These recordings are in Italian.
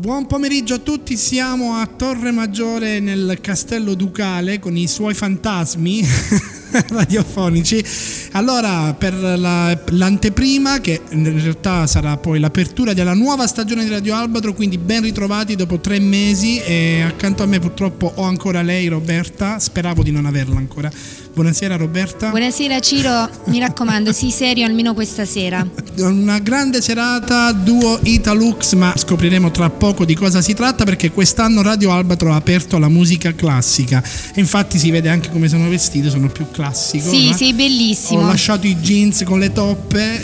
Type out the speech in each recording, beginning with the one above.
Buon pomeriggio a tutti, siamo a Torre Maggiore nel Castello Ducale con i suoi fantasmi radiofonici. Allora, per l'anteprima, che in realtà sarà poi l'apertura della nuova stagione di Radio Albatro, quindi ben ritrovati dopo 3 mesi, e accanto a me purtroppo ho ancora lei, Roberta, speravo di non averla ancora. Buonasera Roberta. Buonasera Ciro, mi raccomando, sii serio almeno questa sera. Una grande serata, duo Italux, ma scopriremo tra poco di cosa si tratta, perché quest'anno Radio Albatro ha aperto alla musica classica e infatti si vede anche come sono vestito, sono più classico. Sì, no? sei bellissimo. Ho lasciato i jeans con le toppe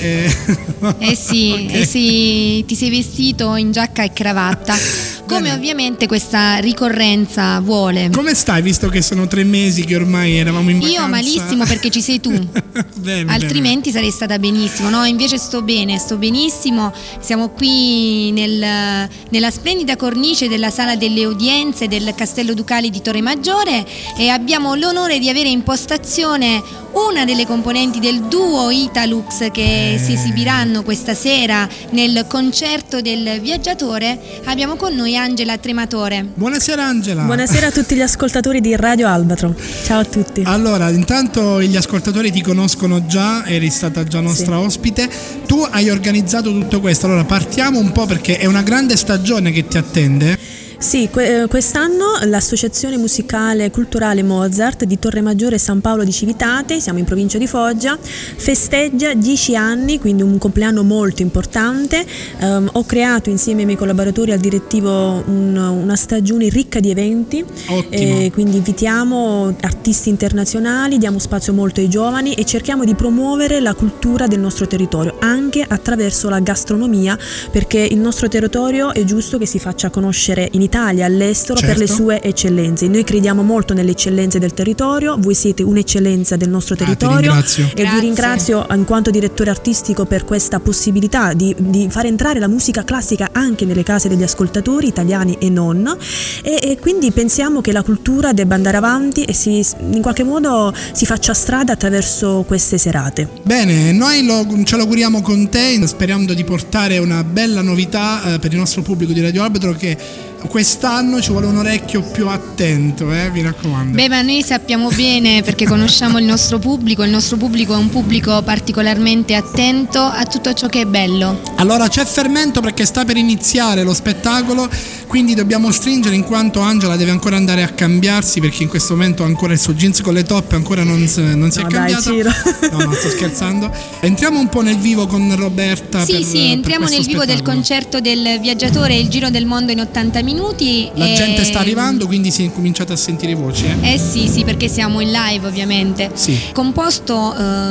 sì, okay. Sì, ti sei vestito in giacca e cravatta, come Bene. Ovviamente questa ricorrenza vuole. Come stai, visto che sono 3 mesi che ormai eravamo in vacanza? Io malissimo, perché ci sei tu. Bene, altrimenti sarei stata benissimo. No, invece sto benissimo. Siamo qui nella splendida cornice della sala delle udienze del Castello Ducale di Torre Maggiore e abbiamo l'onore di avere in postazione una delle componenti del duo Italux che si esibiranno questa sera nel concerto del Viaggiatore. Abbiamo con noi Angela Trematore. Buonasera Angela. Buonasera a tutti gli ascoltatori di Radio Albatro. Ciao a tutti. Allora, intanto gli ascoltatori ti conoscono già, eri stata già nostra ospite. Tu hai organizzato tutto questo, allora partiamo un po', perché è una grande stagione che ti attende. Sì, quest'anno l'Associazione Musicale Culturale Mozart di Torre Maggiore e San Paolo di Civitate, siamo in provincia di Foggia, festeggia 10 anni, quindi un compleanno molto importante. Ho creato insieme ai miei collaboratori al direttivo una stagione ricca di eventi. Ottimo. Quindi invitiamo artisti internazionali, diamo spazio molto ai giovani e cerchiamo di promuovere la cultura del nostro territorio anche attraverso la gastronomia, perché il nostro territorio è giusto che si faccia conoscere in Italia, all'estero, certo, per le sue eccellenze. Noi crediamo molto nelle eccellenze del territorio, voi siete un'eccellenza del nostro territorio e vi ringrazio in quanto direttore artistico per questa possibilità di far entrare la musica classica anche nelle case degli ascoltatori italiani e non, e quindi pensiamo che la cultura debba andare avanti e in qualche modo si faccia strada attraverso queste serate. Bene, noi ce l'auguriamo con te, sperando di portare una bella novità per il nostro pubblico di Radio Albatro, che quest'anno ci vuole un orecchio più attento, mi raccomando. Beh, ma noi sappiamo bene, perché conosciamo il nostro pubblico è un pubblico particolarmente attento a tutto ciò che è bello. Allora c'è fermento, perché sta per iniziare lo spettacolo, quindi dobbiamo stringere, in quanto Angela deve ancora andare a cambiarsi, perché in questo momento ancora il suo jeans con le toppe ancora non si è cambiato. No, sto scherzando. Entriamo un po' nel vivo con Roberta. Sì, entriamo nel vivo del concerto del Viaggiatore, il giro del mondo in 80 minuti. La gente sta arrivando, quindi si è cominciato a sentire voci. Sì, perché siamo in live ovviamente. Sì. Composto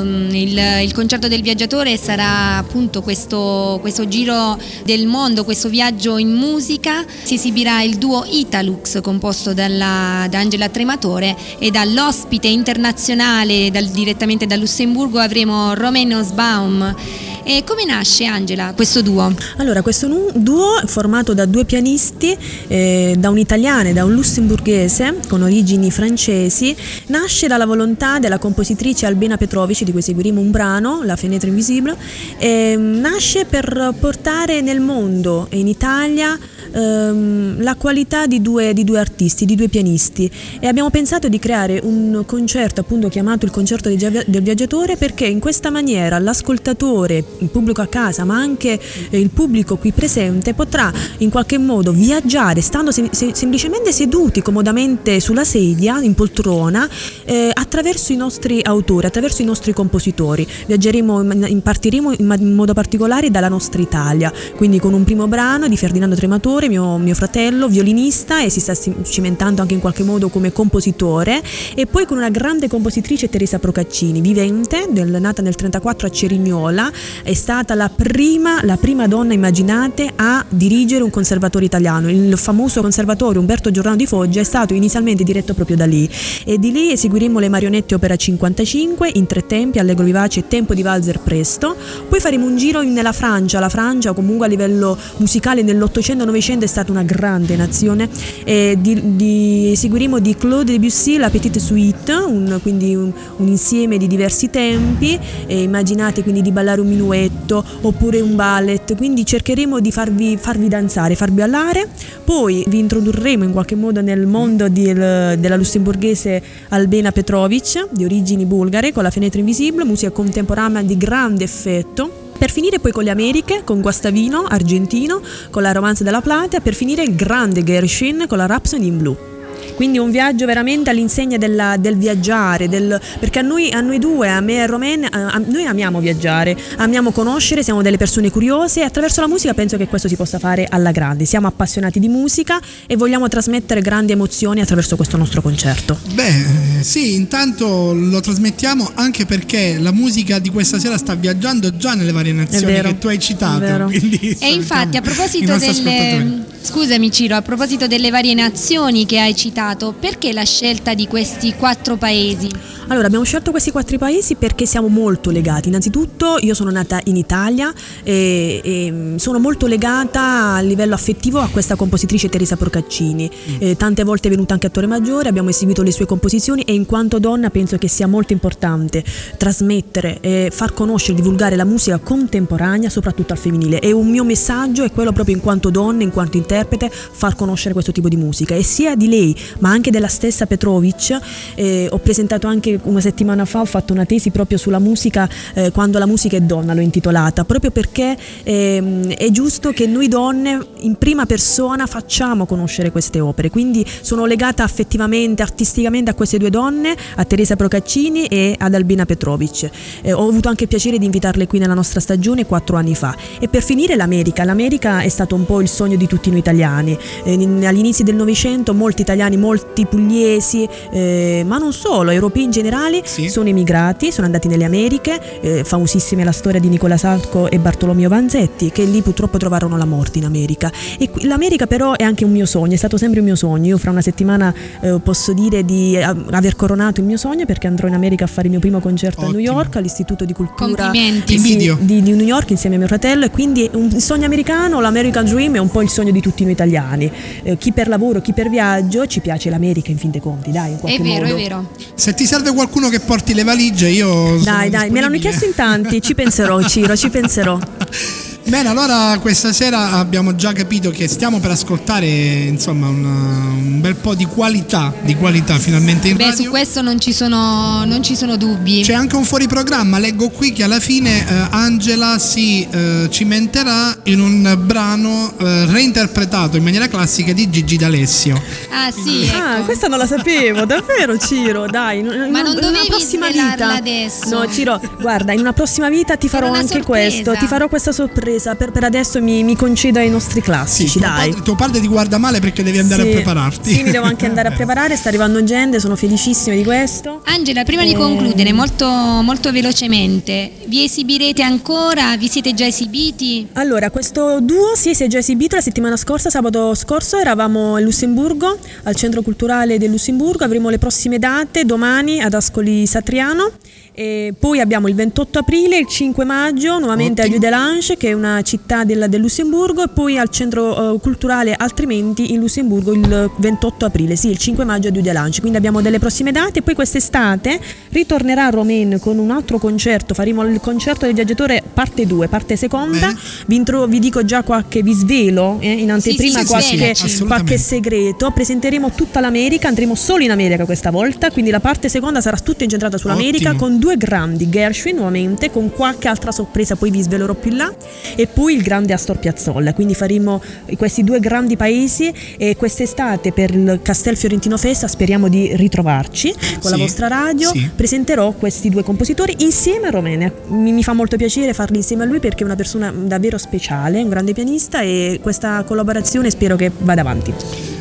il concerto del Viaggiatore sarà appunto questo giro del mondo, questo viaggio in musica. Si esibirà il duo Italux, composto da Angela Trematore, e dall'ospite internazionale direttamente da Lussemburgo avremo Romain Osbaum. E come nasce, Angela, questo duo? Allora, questo duo è formato da 2 pianisti, da un italiano e da un lussemburghese con origini francesi. Nasce dalla volontà della compositrice Albena Petrovici, di cui seguiremo un brano, La Fenêtre Invisible. Nasce per portare nel mondo e in Italia la qualità di due artisti, di 2 pianisti, e abbiamo pensato di creare un concerto appunto chiamato il concerto del Viaggiatore, perché in questa maniera l'ascoltatore, il pubblico a casa, ma anche il pubblico qui presente, potrà in qualche modo viaggiare stando semplicemente seduti comodamente sulla sedia, in poltrona, attraverso i nostri autori, attraverso i nostri compositori. Partiremo in modo particolare dalla nostra Italia, quindi con un primo brano di Ferdinando Trematore, mio fratello, violinista, e si sta cimentando anche in qualche modo come compositore, e poi con una grande compositrice, Teresa Procaccini, vivente, nata nel 1934 a Cerignola. È stata la prima donna, immaginate, a dirigere un conservatorio italiano. Il famoso conservatorio Umberto Giordano di Foggia è stato inizialmente diretto proprio da lì, e di lì eseguiremo le marionette opera 55 in 3 tempi, allegro vivace e tempo di valzer presto. Poi faremo un giro nella Francia, la Francia comunque a livello musicale nell'800-900 Novecento è stata una grande nazione. Eseguiremo di Claude Debussy la Petite Suite, quindi un insieme di diversi tempi. Immaginate quindi di ballare un minuetto oppure un ballet, quindi cercheremo di farvi danzare, farvi ballare. Poi vi introdurremo in qualche modo nel mondo della lussemburghese Albena Petrovic, di origini bulgare, con La Fenetra Invisibile, musica contemporanea di grande effetto. Per finire poi con le Americhe, con Guastavino, argentino, con la Romanza della Plata, per finire il grande Gershwin con la Rhapsody in Blue. Quindi un viaggio veramente all'insegna del viaggiare, perché a noi due, a me e a Romain, noi amiamo viaggiare, amiamo conoscere, siamo delle persone curiose e attraverso la musica penso che questo si possa fare alla grande. Siamo appassionati di musica e vogliamo trasmettere grandi emozioni attraverso questo nostro concerto. Beh, sì, intanto lo trasmettiamo anche perché la musica di questa sera sta viaggiando già nelle varie nazioni che tu hai citato. Quindi, e infatti a proposito scusami Ciro, a proposito delle varie nazioni che hai citato, perché la scelta di questi 4 paesi? Allora, abbiamo scelto questi 4 paesi perché siamo molto legati. Innanzitutto io sono nata in Italia e sono molto legata a livello affettivo a questa compositrice Teresa Procaccini. Tante volte è venuta anche a Torre Maggiore, abbiamo eseguito le sue composizioni e in quanto donna penso che sia molto importante trasmettere e far conoscere, divulgare la musica contemporanea soprattutto al femminile. E un mio messaggio è quello proprio in quanto donna, in quanto interprete, far conoscere questo tipo di musica, e sia di lei ma anche della stessa Petrovic. Ho presentato anche una settimana fa, ho fatto una tesi proprio sulla musica, quando la musica è donna, l'ho intitolata, proprio perché è giusto che noi donne in prima persona facciamo conoscere queste opere, quindi sono legata affettivamente, artisticamente a queste 2 donne, a Teresa Procaccini e ad Albina Petrovic. Ho avuto anche il piacere di invitarle qui nella nostra stagione 4 anni fa. E per finire l'America è stato un po' il sogno di tutti noi italiani. Agli inizi del Novecento molti italiani, molti pugliesi, ma non solo, europei in generale, sono emigrati, sono andati nelle Americhe. Famosissima è la storia di Nicola Salco e Bartolomeo Vanzetti, che lì purtroppo trovarono la morte in America. E l'America però è anche un mio sogno, è stato sempre un mio sogno. Io fra una settimana posso dire di aver coronato il mio sogno, perché andrò in America a fare il mio primo concerto a New York, all'Istituto di Cultura di New York, insieme a mio fratello. E quindi un sogno americano, l'American Dream, è un po' il sogno di tutti noi italiani. Chi per lavoro, chi per viaggio, ci piace l'America in fin dei conti, dai, in qualche modo. È vero. Se ti serve qualcuno che porti le valigie, io dai, me l'hanno chiesto in tanti, ci penserò Ciro, ci penserò. Bene, allora questa sera abbiamo già capito che stiamo per ascoltare insomma un bel po' di qualità finalmente in radio. Su questo non ci sono dubbi. C'è anche un fuori programma, leggo qui che alla fine Angela si cimenterà in un brano reinterpretato in maniera classica di Gigi D'Alessio. Ah sì, ecco. Questa non la sapevo, davvero Ciro, dai. Ma non dovevi prossima vita adesso. No Ciro, guarda, in una prossima vita ti farò anche sorpresa. Questo, ti farò questa sorpresa. Per adesso mi concedo ai nostri classici, dai. Tuo padre ti guarda male perché devi andare a prepararti. Sì, mi devo anche andare a preparare, sta arrivando gente, sono felicissima di questo. Angela, prima di concludere, molto, molto velocemente, vi esibirete ancora? Vi siete già esibiti? Allora, questo duo si è già esibito la settimana scorsa, sabato scorso eravamo a Lussemburgo, al Centro Culturale del Lussemburgo. Avremo le prossime date domani ad Ascoli Satriano. E poi abbiamo il 28 aprile, il 5 maggio nuovamente a Judelange, che è una città del Lussemburgo, e poi al centro culturale Altrimenti in Lussemburgo il 28 aprile, sì, il 5 maggio a Judelange. Quindi abbiamo delle prossime date. E poi quest'estate ritornerà Romain con un altro concerto, faremo il concerto del viaggiatore parte 2, parte seconda. Vi dico già vi svelo in anteprima qualche segreto. Presenteremo tutta l'America, andremo solo in America questa volta, quindi la parte seconda sarà tutta incentrata sull'America, con 2 grandi, Gershwin nuovamente, con qualche altra sorpresa poi vi svelerò più là, e poi il grande Astor Piazzolla. Quindi faremo questi 2 grandi paesi, e quest'estate per il Castel Fiorentino Festa speriamo di ritrovarci con la vostra radio. Presenterò questi 2 compositori insieme a Romain. Mi fa molto piacere farli insieme a lui, perché è una persona davvero speciale, un grande pianista, e questa collaborazione spero che vada avanti.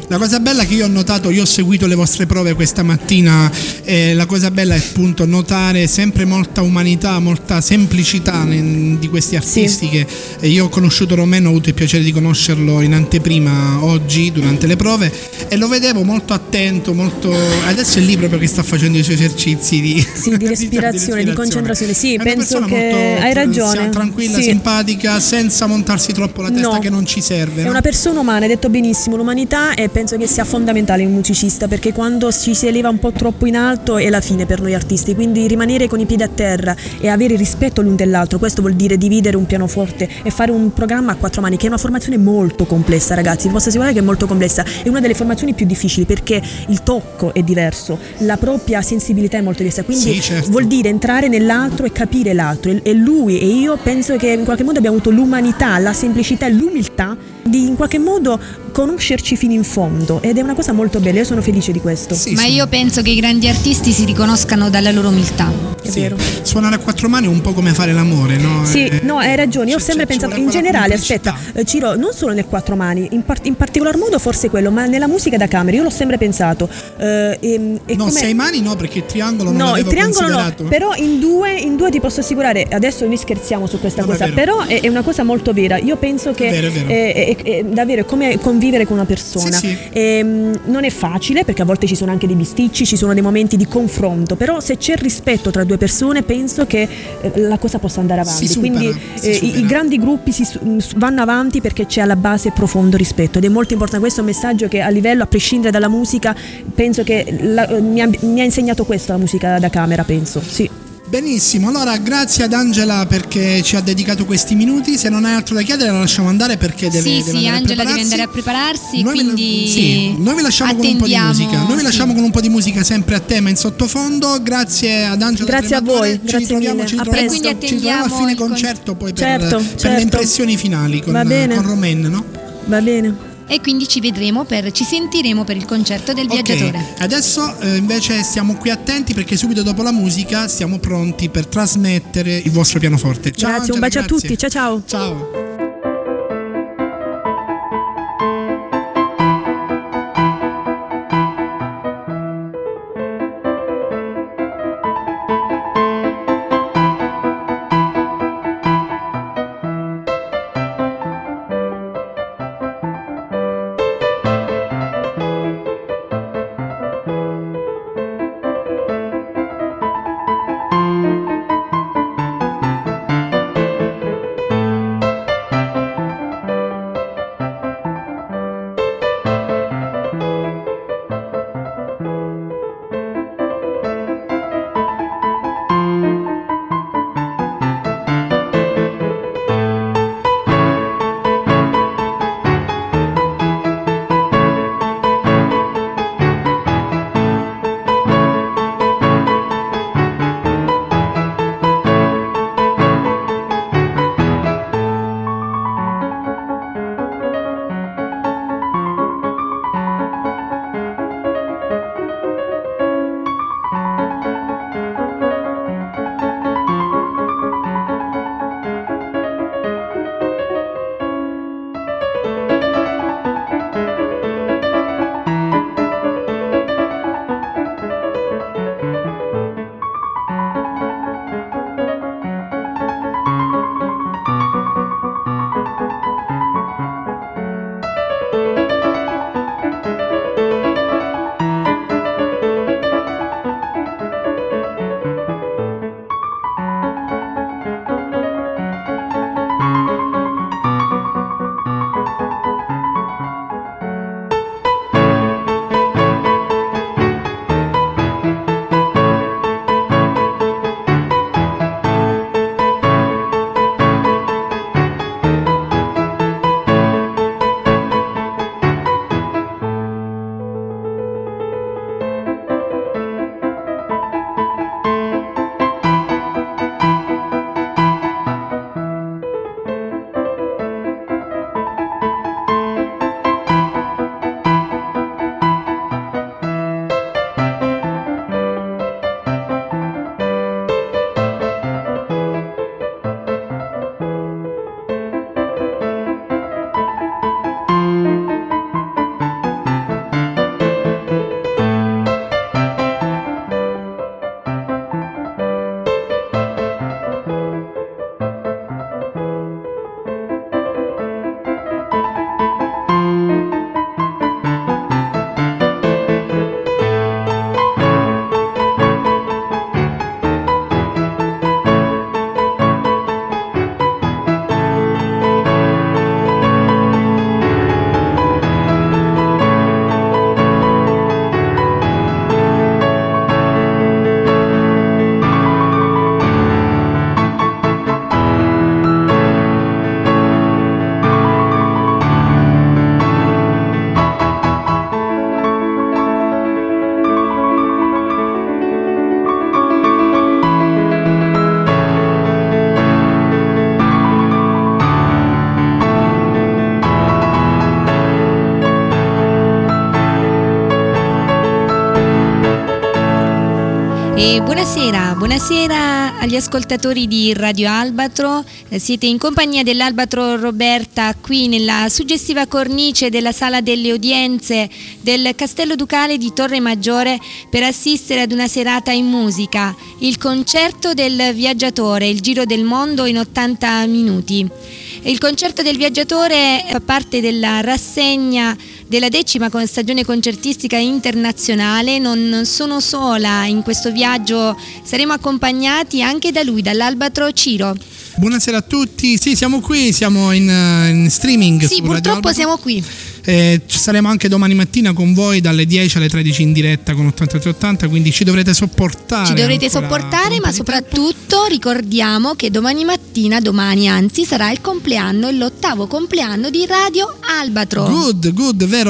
La cosa bella che io ho notato, io ho seguito le vostre prove questa mattina, la cosa bella è appunto notare sempre molta umanità, molta semplicità di questi artisti che io ho conosciuto Romeno, ho avuto il piacere di conoscerlo in anteprima oggi durante le prove e lo vedevo molto attento, molto... adesso è lì proprio che sta facendo i suoi esercizi di respirazione, di concentrazione. Sì, è penso una che molto, hai ragione. Tranquilla, simpatica, senza montarsi troppo la testa che non ci serve. È una persona umana, hai detto benissimo, l'umanità, e penso che sia fondamentale in un musicista, perché quando ci si eleva un po' troppo in alto è la fine per noi artisti, quindi rimanere con i piedi a terra e avere rispetto l'un dell'altro, questo vuol dire dividere un pianoforte e fare un programma a quattro mani, che è una formazione molto complessa, ragazzi, vi posso assicurare che è molto complessa, è una delle formazioni più difficili perché il tocco è diverso, la propria sensibilità è molto diversa, quindi vuol dire entrare nell'altro e capire l'altro, e lui e io penso che in qualche modo abbiamo avuto l'umanità, la semplicità e l'umiltà di in qualche modo conoscerci fino in fondo, ed è una cosa molto bella, io sono felice di questo. Ma io penso che i grandi artisti si riconoscano dalla loro umiltà. È vero. Suonare a quattro mani è un po' come fare l'amore, no? Sì, no, hai ragione, io ho sempre pensato in generale, aspetta, Ciro, non solo nel quattro mani, in particolar modo forse quello, ma nella musica da camera io l'ho sempre pensato. No, sei mani no, perché il triangolo non l'avevo considerato. No, però in due ti posso assicurare, adesso noi scherziamo su questa cosa, però è una cosa molto vera. Io penso che è davvero come convivere con una persona. Non è facile, perché a volte ci sono anche dei bisticci, ci sono dei momenti di confronto, però se c'è rispetto tra due persone penso che la cosa possa andare avanti. Quindi i grandi gruppi vanno avanti perché c'è alla base profondo rispetto, ed è molto importante. Questo è un messaggio che a livello, a prescindere dalla musica, penso che mi ha insegnato questo la musica da camera, penso. Sì. Benissimo, allora grazie ad Angela perché ci ha dedicato questi minuti. Se non hai altro da chiedere la lasciamo andare perché deve Angela deve andare a prepararsi, noi vi lasciamo con un po' di musica. Noi vi lasciamo con un po' di musica sempre a tema in sottofondo. Grazie ad Angela. Grazie a voi, grazie mille. Ci troviamo a fine concerto poi per le impressioni finali con Romain, no? Va bene. E quindi ci sentiremo per il concerto del Viaggiatore. Adesso invece stiamo qui attenti perché subito dopo la musica siamo pronti per trasmettere il vostro pianoforte. Ciao, grazie, Angela, un bacio a tutti, ciao. Ciao. E buonasera agli ascoltatori di Radio Albatro. Siete in compagnia dell'Albatro Roberta qui nella suggestiva cornice della Sala delle Udienze del Castello Ducale di Torre Maggiore per assistere ad una serata in musica, il concerto del viaggiatore, il giro del mondo in 80 minuti. Il concerto del viaggiatore fa parte della rassegna della 10ª stagione concertistica internazionale. Non sono sola in questo viaggio, saremo accompagnati anche da lui, dall'Albatro Ciro. Buonasera a tutti, sì, siamo qui, siamo in streaming. Sì, purtroppo siamo qui. Ci saremo anche domani mattina con voi dalle 10 alle 13 in diretta con 8380, quindi ci dovrete sopportare. Ma soprattutto ricordiamo che domani anzi, sarà il compleanno, l'8º compleanno di Radio Albatro. Good, vero.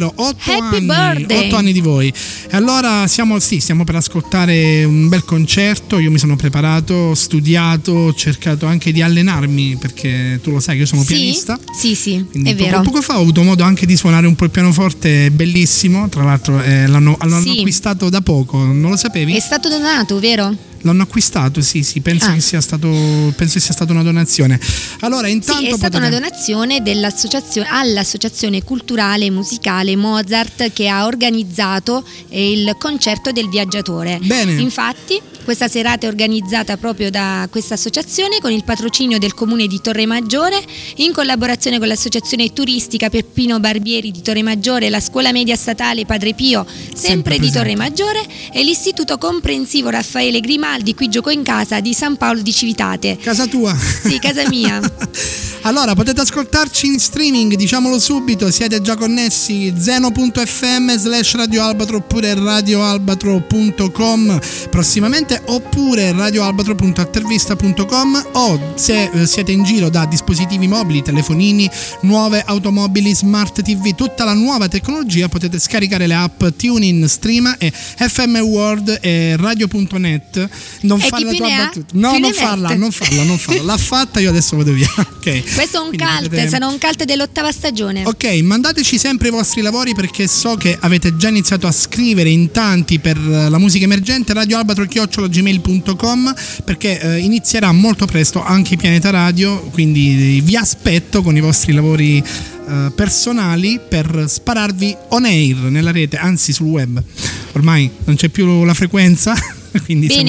8 anni di voi. E allora siamo per ascoltare un bel concerto. Io mi sono preparato, ho studiato, ho cercato anche di allenarmi, perché tu lo sai che io sono pianista. Sì, quindi è vero. Poco fa ho avuto modo anche di suonare un po' il pianoforte, bellissimo. Tra l'altro l'hanno acquistato da poco, non lo sapevi? È stato donato, vero? L'hanno acquistato, sì, penso che sia stata una donazione. Allora, intanto sì, è stata una donazione all'associazione culturale e musicale Mozart, che ha organizzato il concerto del viaggiatore. Bene. Infatti, questa serata è organizzata proprio da questa associazione con il patrocinio del comune di Torre Maggiore, in collaborazione con l'associazione turistica Peppino Barbieri di Torre Maggiore, la scuola media statale Padre Pio, sempre di Torre Maggiore, e l'istituto comprensivo Raffaele Grimaldi, qui gioco in casa, di San Paolo di Civitate. Casa tua? Sì, casa mia. Allora, potete ascoltarci in streaming, diciamolo subito, siete già connessi, zeno.fm/Radio Albatro oppure radioalbatro.com prossimamente, oppure radioalbatro.altervista.com, o se siete in giro da dispositivi mobili, telefonini, nuove automobili, smart TV, tutta la nuova tecnologia, potete scaricare le app TuneIn, Streama e FM World e Radio.net. Non e fare la tua battuta. No, non farla. L'ha fatta, io adesso vado via. Ok. Questo è un sarà un cult dell'8ª stagione. Ok, mandateci sempre i vostri lavori, perché so che avete già iniziato a scrivere in tanti per la musica emergente. radioalbatro@gmail.com, perché inizierà molto presto anche Pianeta Radio, quindi vi aspetto con i vostri lavori personali per spararvi on air nella rete, anzi sul web. Ormai non c'è più la frequenza. Bene.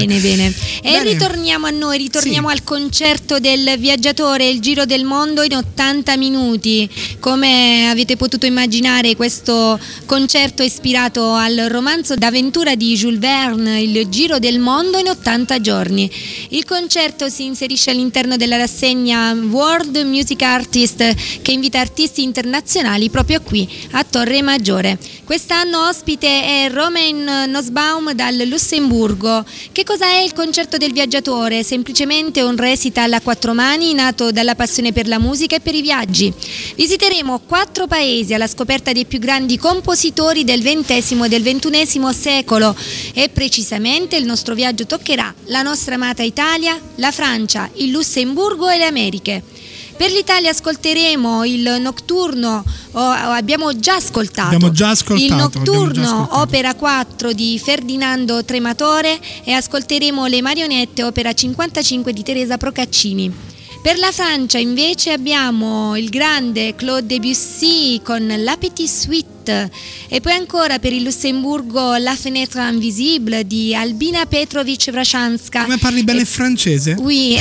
E ritorniamo a noi, al concerto del viaggiatore, il giro del mondo in 80 minuti. Come avete potuto immaginare, questo concerto è ispirato al romanzo d'avventura di Jules Verne, Il giro del mondo in 80 giorni. Il concerto si inserisce all'interno della rassegna World Music Artist, che invita artisti internazionali proprio qui a Torre Maggiore. Quest'anno ospite è Romain Nussbaum dal Lussemburgo. Che cosa è il concerto del viaggiatore? Semplicemente un recital a 4 mani nato dalla passione per la musica e per i viaggi. Visiteremo 4 paesi alla scoperta dei più grandi compositori del XX e del XXI secolo, e precisamente il nostro viaggio toccherà la nostra amata Italia, la Francia, il Lussemburgo e le Americhe. Per l'Italia ascolteremo il notturno, abbiamo già ascoltato il notturno opera 4 di Ferdinando Trematore, e ascolteremo le marionette opera 55 di Teresa Procaccini. Per la Francia invece abbiamo il grande Claude Debussy con La Petite Suite, e poi ancora per il Lussemburgo La Fenêtre Invisible di Albina Petrovich Vrashanska. Come parli bene il francese? Oui,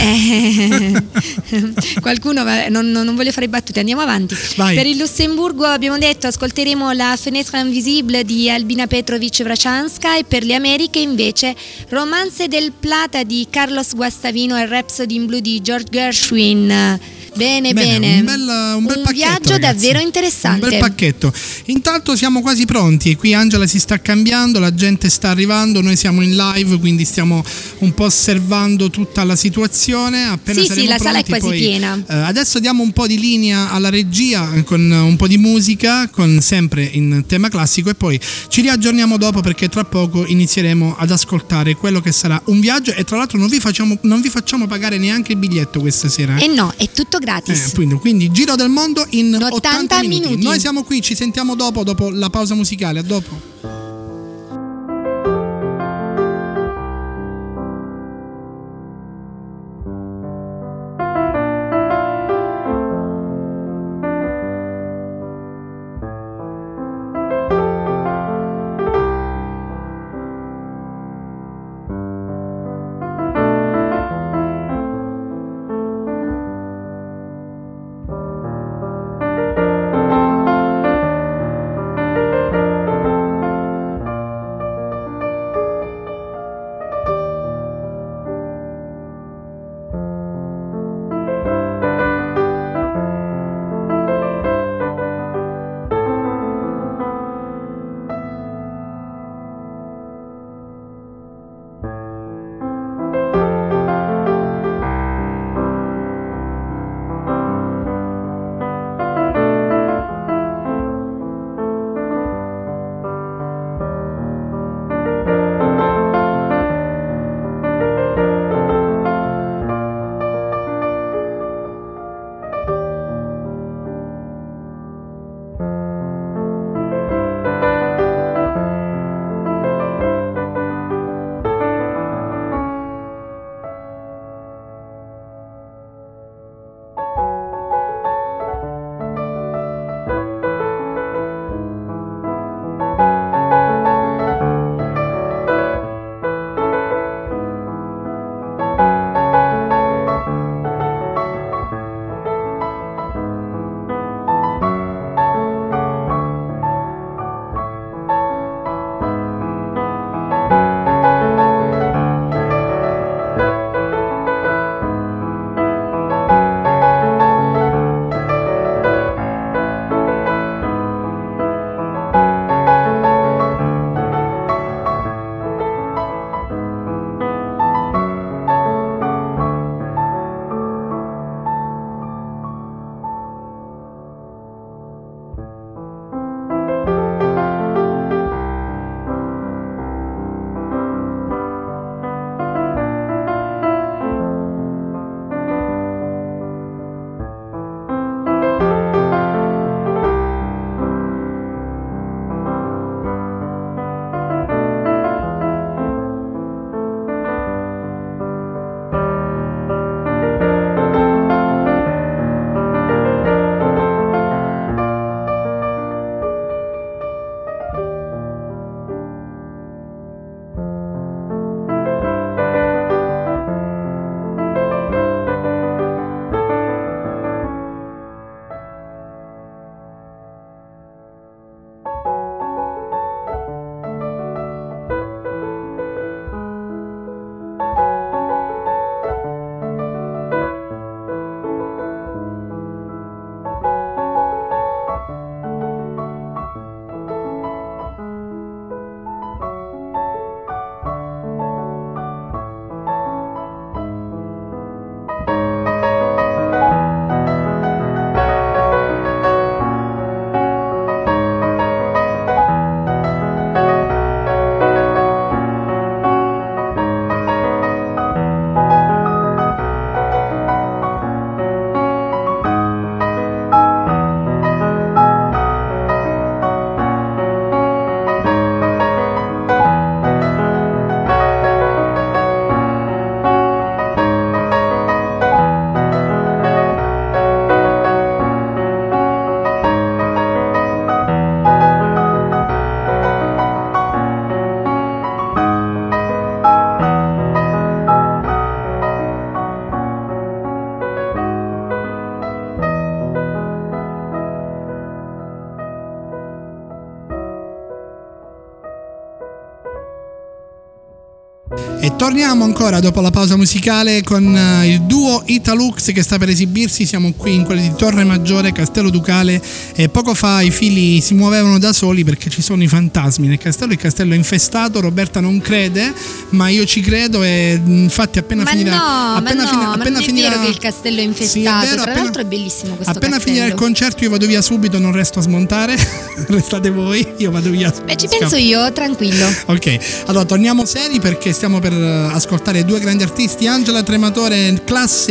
qualcuno, non voglio fare battute, andiamo avanti. Vai. Per il Lussemburgo abbiamo detto ascolteremo La Fenêtre Invisible di Albina Petrovich Vrashanska, e per le Americhe invece Romance del Plata di Carlos Guastavino e Rhapsody in Blue di George Gershwin. Bene. Un bel pacchetto, viaggio, ragazzi, davvero interessante. Un bel pacchetto. Intanto siamo quasi pronti, qui Angela si sta cambiando, la gente sta arrivando, noi siamo in live, quindi stiamo un po' osservando tutta la situazione. Appena sì, la sala è quasi piena. Adesso diamo un po' di linea alla regia con un po' di musica, sempre in tema classico, e poi ci riaggiorniamo dopo, perché tra poco inizieremo ad ascoltare quello che sarà un viaggio, e tra l'altro non vi facciamo pagare neanche il biglietto questa sera. No, è tutto gratis. Quindi giro del mondo in 80 minuti. Noi siamo qui, ci sentiamo dopo la pausa musicale. A dopo. Torniamo ancora dopo la pausa musicale con il duo Italux che sta per esibirsi. Siamo qui in quello di Torre Maggiore, Castello Ducale, e poco fa i fili si muovevano da soli perché ci sono i fantasmi nel castello. Il castello è infestato, Roberta non crede, ma io ci credo, e infatti appena finirà vero che il castello è infestato, sì, è vero, tra l'altro è bellissimo questo appena castello. finirà il concerto io vado via subito, non resto a smontare. Restate voi, io vado via. Beh, ci penso io, tranquillo. Ok, allora torniamo seri perché stiamo per ascoltare due grandi artisti. Angela Trematore, classe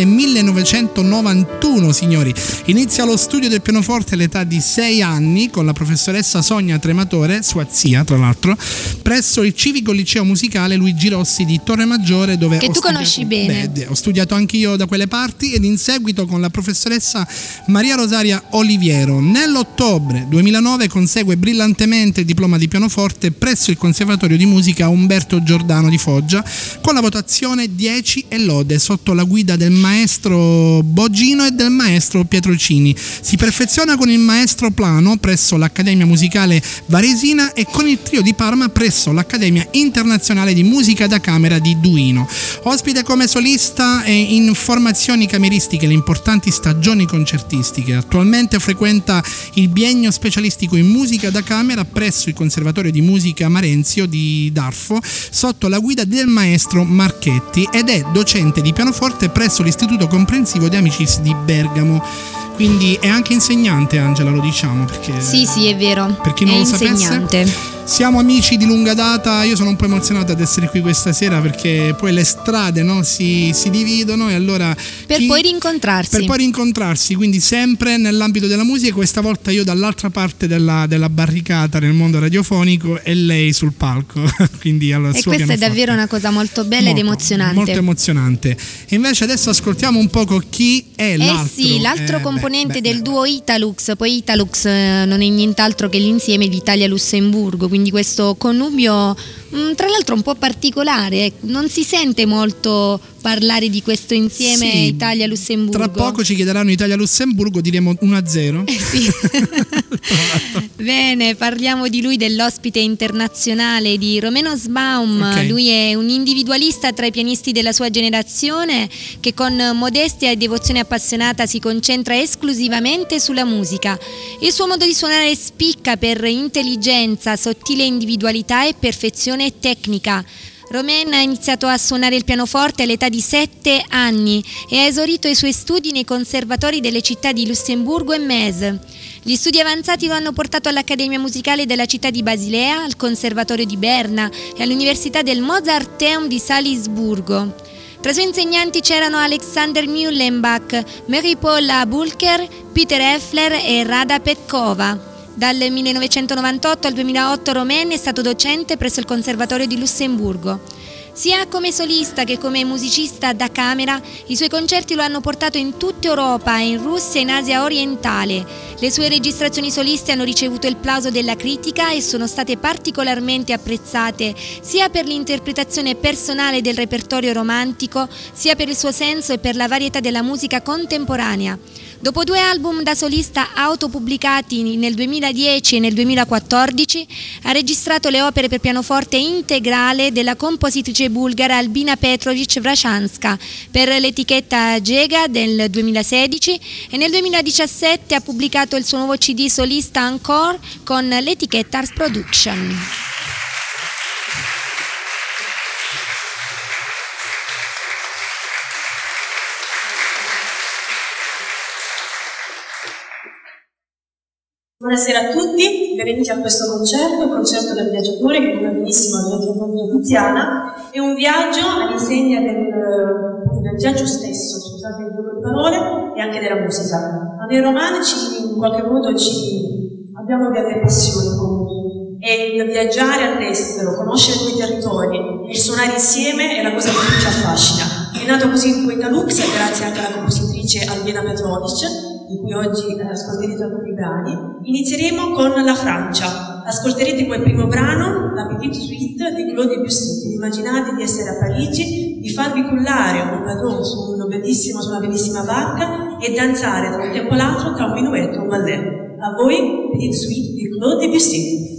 1991, signori. Inizia lo studio del pianoforte all'età di 6 anni con la professoressa Sonia Trematore, sua zia tra l'altro, presso il Civico Liceo Musicale Luigi Rossi di Torre Maggiore, dove che tu conosci bene. Ho studiato anch'io da quelle parti, ed in seguito con la professoressa Maria Rosaria Oliviero. Nell'ottobre 2009 consegue brillantemente il diploma di pianoforte presso il Conservatorio di Musica Umberto Giordano di Foggia con la votazione 10 e lode sotto la guida del maestro Bogino e del maestro Pietrocini. Si perfeziona con il maestro Plano presso l'Accademia Musicale Varesina e con il trio di Parma presso l'Accademia Internazionale di Musica da Camera di Duino. Ospite come solista e in formazioni cameristiche le importanti stagioni concertistiche. Attualmente frequenta il biennio specialistico in musica da camera presso il Conservatorio di Musica Marenzio di Darfo sotto la guida del maestro Marchetti, ed è docente di pianoforte presso l'Istituto Comprensivo di Amicis di Bergamo. Quindi è anche insegnante, Angela, lo diciamo perché sì, è vero, per chi non è lo sapesse, insegnante. Siamo amici di lunga data. Io sono un po' emozionato ad essere qui questa sera perché poi le strade, no, si dividono, e allora per poi rincontrarsi, quindi sempre nell'ambito della musica. Questa volta io dall'altra parte della barricata nel mondo radiofonico e lei sul palco. Quindi allora, e questa è davvero una cosa molto bella ed emozionante. Molto emozionante. E invece adesso ascoltiamo un poco chi è l'altro. L'altro componente del duo Italux. Poi Italux non è nient'altro che l'insieme di Italia-Lussemburgo, quindi questo connubio tra l'altro un po' particolare. Non si sente molto parlare di questo insieme, sì, Italia-Lussemburgo. Tra poco ci chiederanno Italia-Lussemburgo, diremo 1-0. Sì. Bene, parliamo di lui, dell'ospite internazionale di Romeno Sbaum. Okay. Lui è un individualista tra i pianisti della sua generazione che con modestia e devozione appassionata si concentra esclusivamente sulla musica. Il suo modo di suonare spicca per intelligenza, sottile individualità e perfezione tecnica. Romain ha iniziato a suonare il pianoforte all'età di 7 anni e ha esaurito i suoi studi nei conservatori delle città di Lussemburgo e Metz. Gli studi avanzati lo hanno portato all'Accademia Musicale della città di Basilea, al Conservatorio di Berna e all'Università del Mozarteum di Salisburgo. Tra i suoi insegnanti c'erano Alexander Mühlenbach, Marie-Paul Abulker, Peter Effler e Rada Petkova. Dal 1998 al 2008 Romain è stato docente presso il Conservatorio di Lussemburgo. Sia come solista che come musicista da camera, i suoi concerti lo hanno portato in tutta Europa, in Russia e in Asia orientale. Le sue registrazioni soliste hanno ricevuto il plauso della critica e sono state particolarmente apprezzate sia per l'interpretazione personale del repertorio romantico, sia per il suo senso e per la varietà della musica contemporanea. Dopo 2 album da solista autopubblicati nel 2010 e nel 2014, ha registrato le opere per pianoforte integrale della compositrice bulgara Albina Petrovic Vrashanska per l'etichetta Gega del 2016 e nel 2017 ha pubblicato il suo nuovo CD solista Encore con l'etichetta Ars Production. Buonasera a tutti, benvenuti a questo concerto, il concerto del viaggiatore che come benissimo ha detto Tiziana, è un viaggio all'insegna del viaggio stesso, scusate il gioco di parole, e anche della musica. Ma noi romani in qualche modo abbiamo delle passioni comuni, e il viaggiare all'estero, conoscere quei territori e il suonare insieme è la cosa che più ci affascina. È nato così il Italux, grazie anche alla compositrice Albina Petrovic, di cui oggi ascolterete alcuni brani. Inizieremo con la Francia. Ascolterete come primo brano la Petite Suite di Claude Debussy. Immaginate di essere a Parigi, di farvi cullare un padrone su una bellissima barca e danzare da un tempo all'altro tra un minuetto e un ballet. A voi, Petite Suite di Claude Debussy.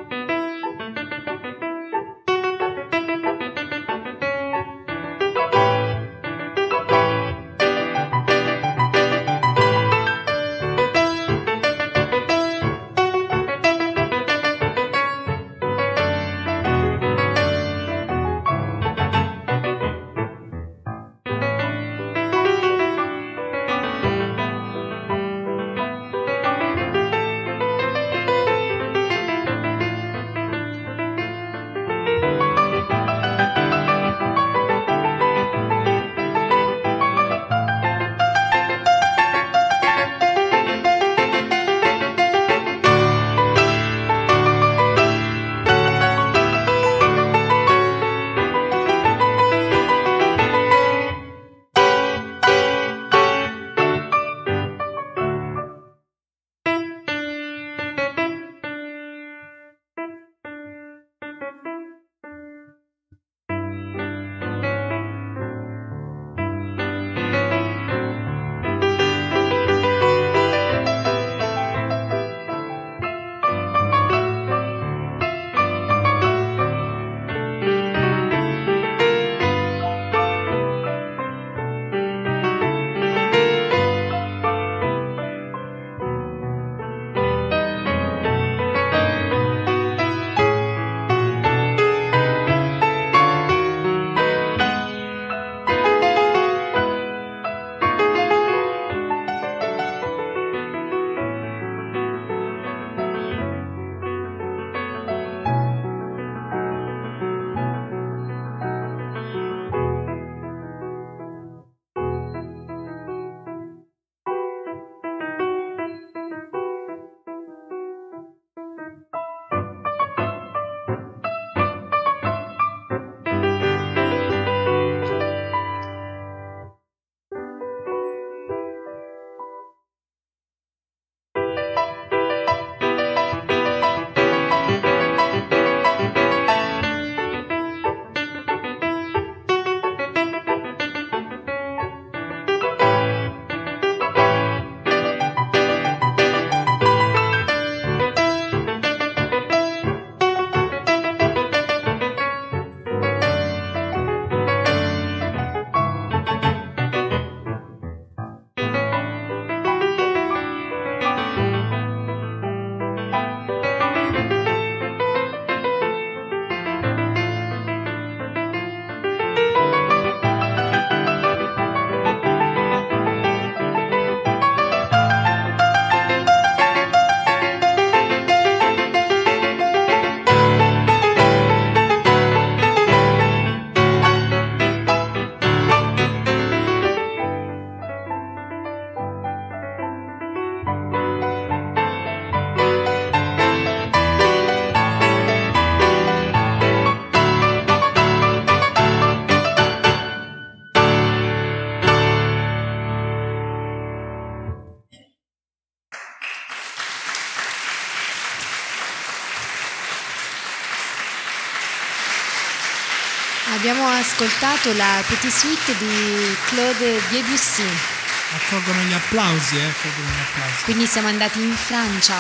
Abbiamo ascoltato la Petite Suite di Claude Debussy. Accolgono gli applausi, accolgono gli applausi. Quindi siamo andati in Francia.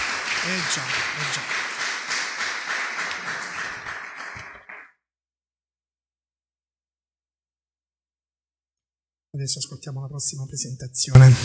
Già. Adesso ascoltiamo la prossima presentazione.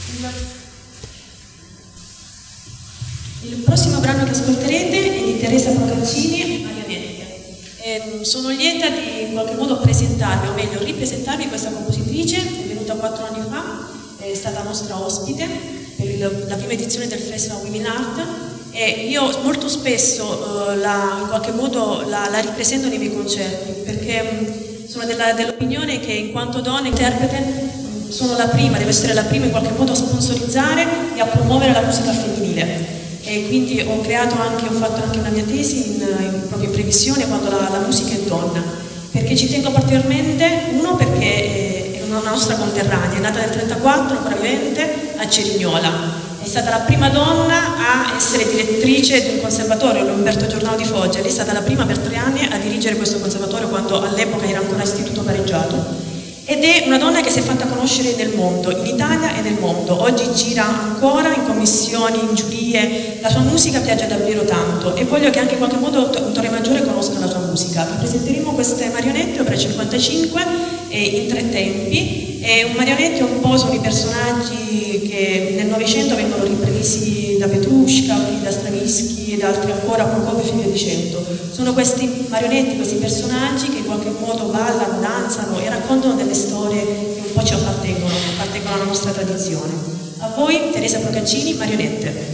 Il prossimo brano che ascolterete è di Teresa Procaccini e Marionette. Sono lieta di in qualche modo presentarvi, o meglio ripresentarvi questa compositrice, è venuta 4 anni fa, è stata nostra ospite per la prima edizione del Festival Women Art e io molto spesso in qualche modo la ripresento nei miei concerti perché sono dell'opinione che in quanto donna interprete sono la prima, devo essere la prima in qualche modo a sponsorizzare e a promuovere la musica femminile. E quindi ho fatto anche una mia tesi proprio in previsione quando la musica è donna, perché ci tengo particolarmente, uno perché è una nostra conterranea, è nata nel 1934, ancora vivente, a Cerignola, è stata la prima donna a essere direttrice di un conservatorio, l'Umberto Giordano di Foggia, lei è stata la prima per 3 anni a dirigere questo conservatorio quando all'epoca era ancora istituto pareggiato. Ed è una donna che si è fatta conoscere nel mondo, in Italia e nel mondo. Oggi gira ancora in commissioni, in giurie, la sua musica piace davvero tanto e voglio che anche in qualche modo Torre Maggiore conosca la sua musica. Vi presenteremo queste marionette, opera 55, in 3 tempi. Marionette un po' sono i personaggi che nel Novecento vengono ripresi da Petrushka, da Stravinsky ed altri ancora, Prokofiev e via dicendo. Sono questi marionetti, questi personaggi che in qualche modo ballano, danzano e raccontano delle storie che un po' ci appartengono alla nostra tradizione. A voi Teresa Procaccini, Marionette.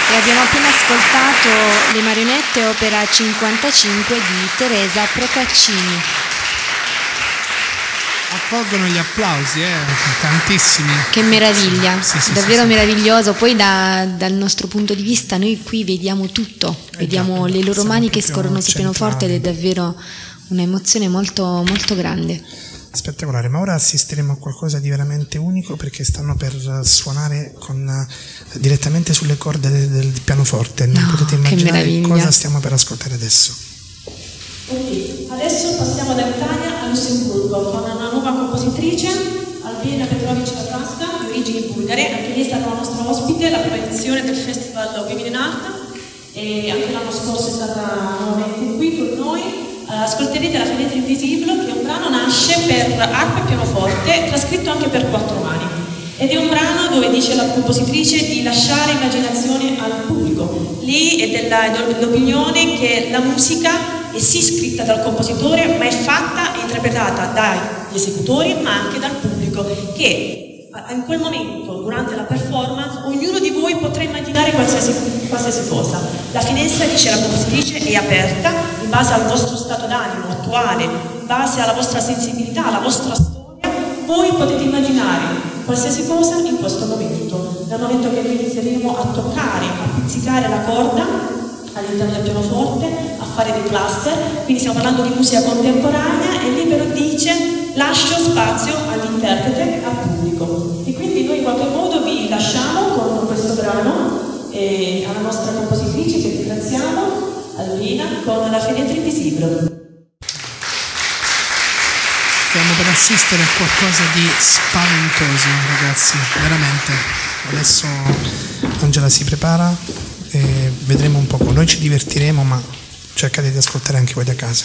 E abbiamo appena ascoltato Le marionette, opera 55 di Teresa Procaccini. Accolgono gli applausi, tantissimi. Che meraviglia, sì, davvero sì. meraviglioso. Poi dal nostro punto di vista noi qui vediamo tutto, vediamo le loro mani che scorrono sul pianoforte ed è davvero un'emozione molto, molto grande. Spettacolare, ma ora assisteremo a qualcosa di veramente unico perché stanno per suonare direttamente sulle corde del pianoforte. Non potete immaginare cosa stiamo per ascoltare adesso. Ok, adesso passiamo dall'Italia a Lussemburgo con una nuova compositrice, Albina Petrovic Latasta, di origini bulgare. Anche lei è stata la nostra ospite alla prima edizione del Festival Women in Art e anche l'anno scorso è stata nuovamente qui con noi. Ascolterete La finestra invisibile, che è un brano nasce per arpa e pianoforte, trascritto anche per 4 mani. Ed è un brano dove dice la compositrice di lasciare immaginazione al pubblico. Lei è dell'opinione che la musica è sì scritta dal compositore, ma è fatta e interpretata dagli esecutori, ma anche dal pubblico, che in quel momento, durante la performance, ognuno di voi potrà immaginare qualsiasi cosa. La finestra, dice la compositrice, è aperta in base al vostro stato d'animo attuale, in base alla vostra sensibilità, alla vostra storia. Voi potete immaginare qualsiasi cosa in questo momento, dal momento che noi inizieremo a toccare, a pizzicare la corda all'interno del pianoforte, a fare dei cluster, quindi stiamo parlando di musica contemporanea e lì però dice lascio spazio all'interprete e al pubblico. E quindi noi in qualche modo vi lasciamo con questo brano e alla nostra compositrice che ringraziamo, Albina, con La finestra invisibile. Stiamo per assistere a qualcosa di spaventoso, ragazzi, veramente. Adesso Angela si prepara e vedremo un po'. Noi ci divertiremo, ma cercate di ascoltare anche voi da casa.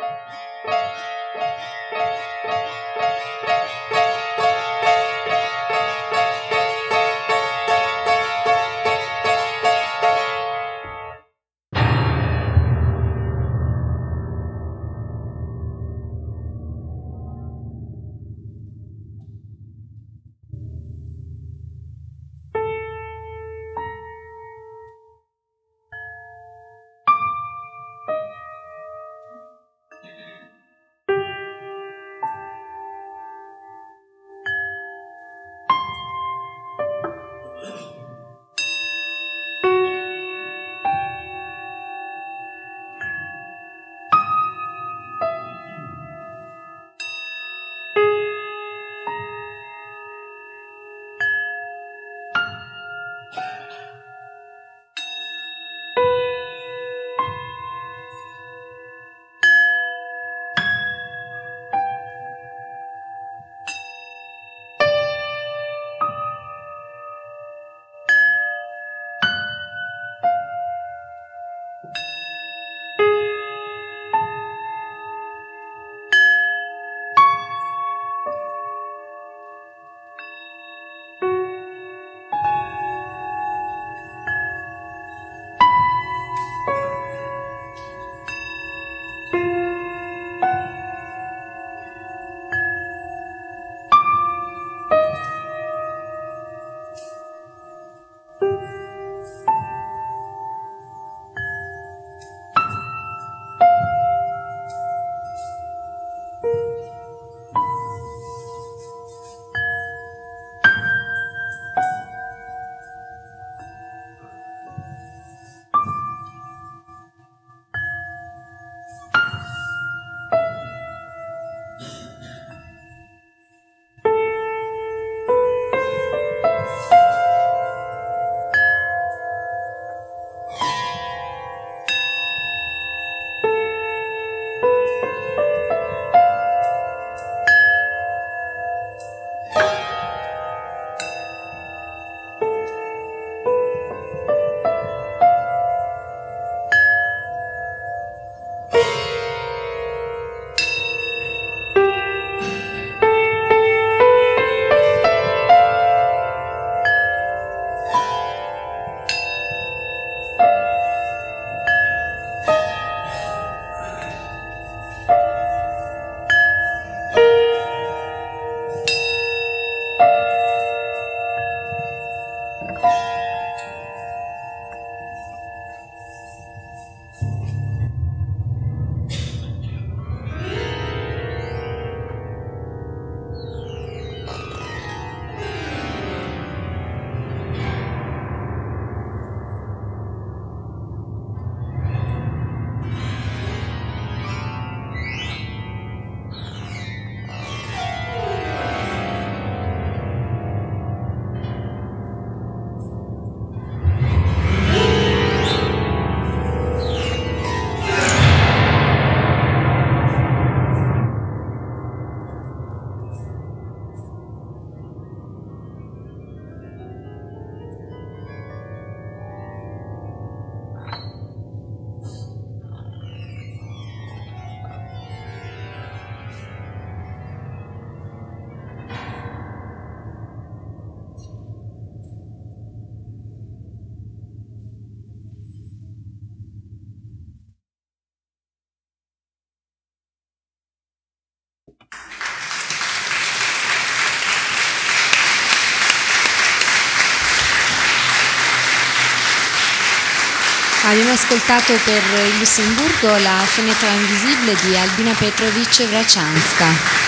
Abbiamo ascoltato per il Lussemburgo la Fenetra Invisibile di Albina Petrovic-Vrachanska.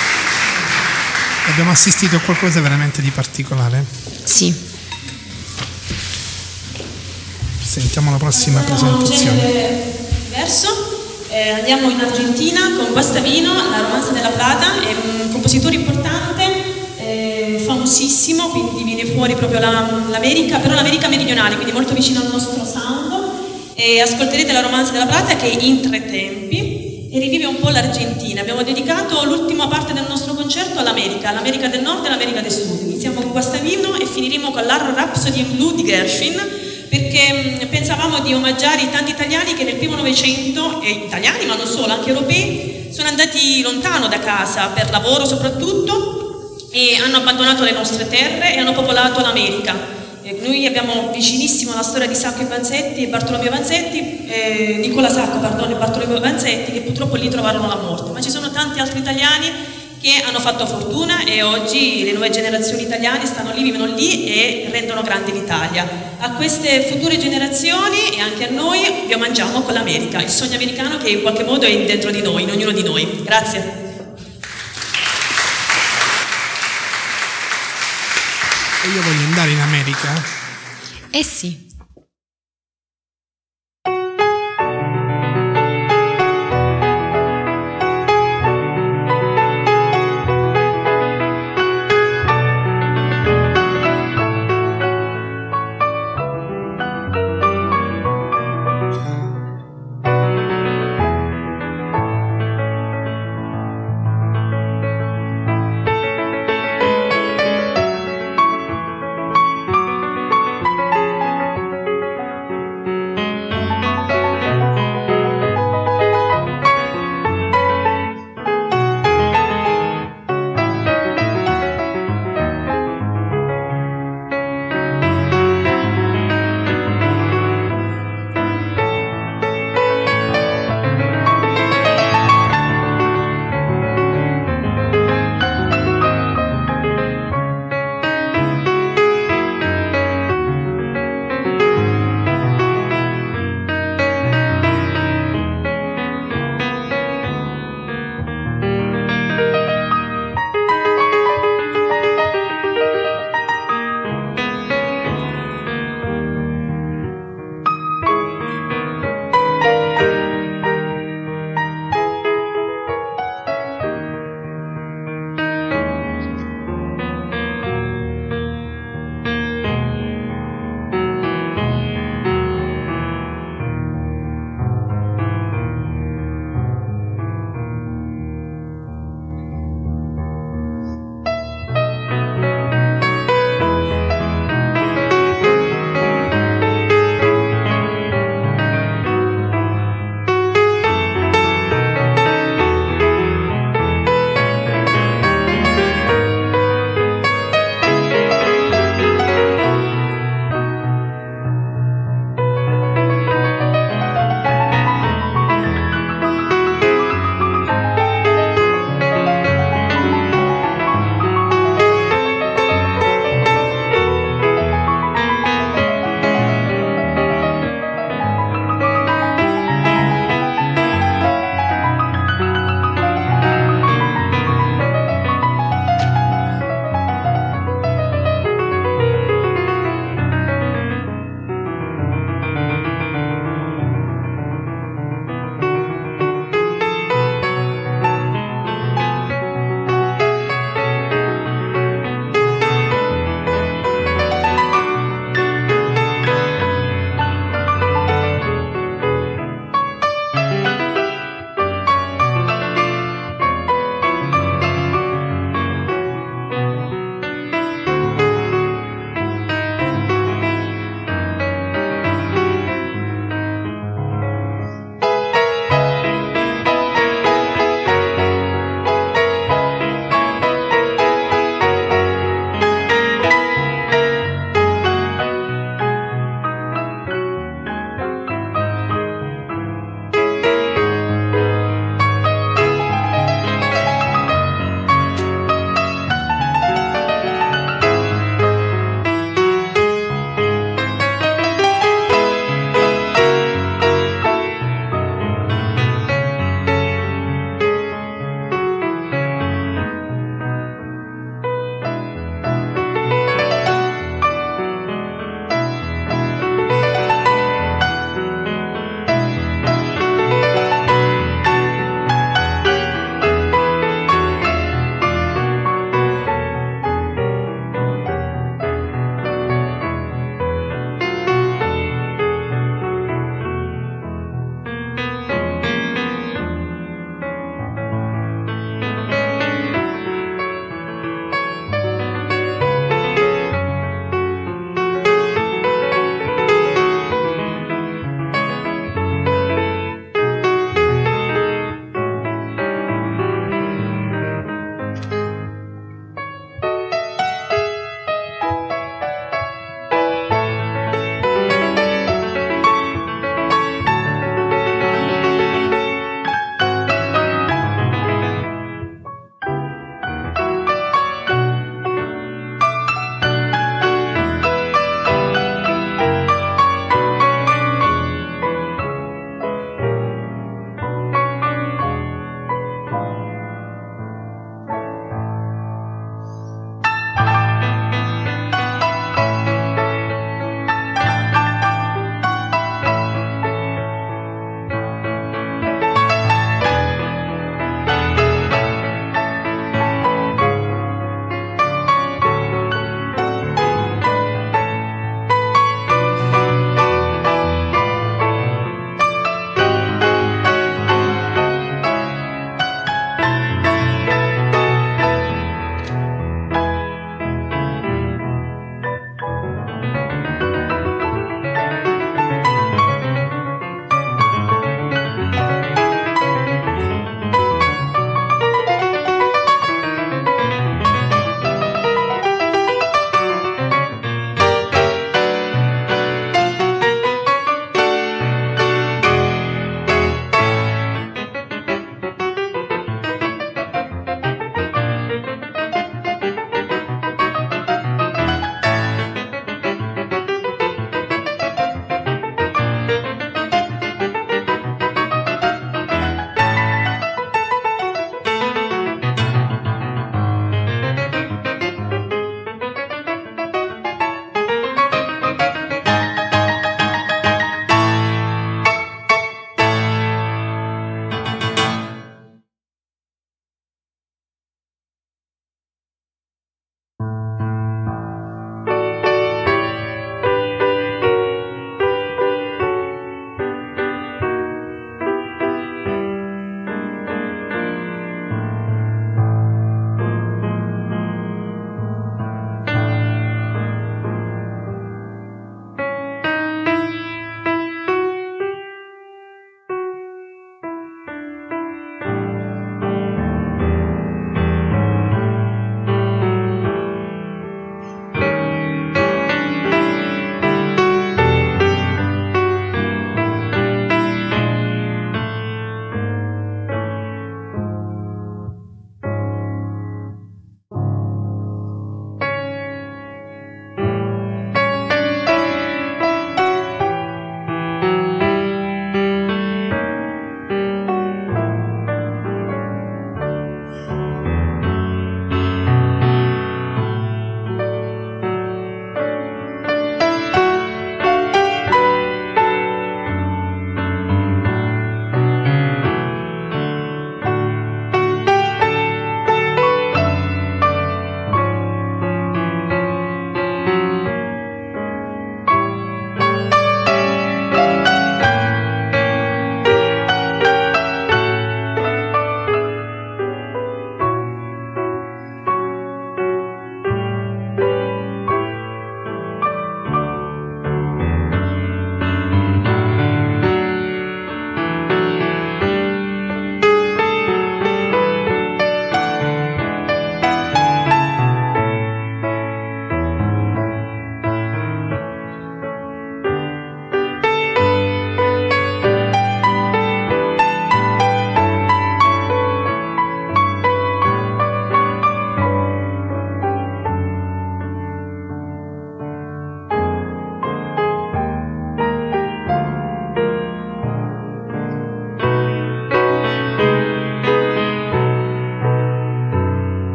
Abbiamo assistito a qualcosa veramente di particolare. Sì. Sentiamo la prossima presentazione. Diverso. Andiamo in Argentina con Guastavino, la Romanza della Plata, è un compositore importante, famosissimo, quindi viene fuori proprio l'America, però l'America meridionale, quindi molto vicino al nostro sound. E ascolterete la Romanza della Plata che è in 3 tempi e rivive un po' l'Argentina. Abbiamo dedicato l'ultima parte del nostro concerto all'America del Nord e all'America del Sud. Iniziamo con Guastavino e finiremo con l'Arro Rhapsody in Blue di Gershwin, perché pensavamo di omaggiare i tanti italiani che nel primo Novecento, italiani ma non solo, anche europei, sono andati lontano da casa, per lavoro soprattutto, e hanno abbandonato le nostre terre e hanno popolato l'America. Noi abbiamo vicinissimo la storia di Sacco e Vanzetti e Bartolomeo Vanzetti, Nicola Sacco, e Bartolomeo Vanzetti, che purtroppo lì trovarono la morte, ma ci sono tanti altri italiani che hanno fatto fortuna e oggi le nuove generazioni italiane stanno lì, vivono lì e rendono grande l'Italia. A queste future generazioni e anche a noi lo mangiamo con l'America, il sogno americano che in qualche modo è dentro di noi, in ognuno di noi. Grazie. E io voglio andare in America? Eh sì.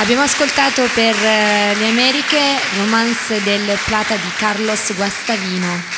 Abbiamo ascoltato per le Americhe Romance del Plata di Carlos Guastavino.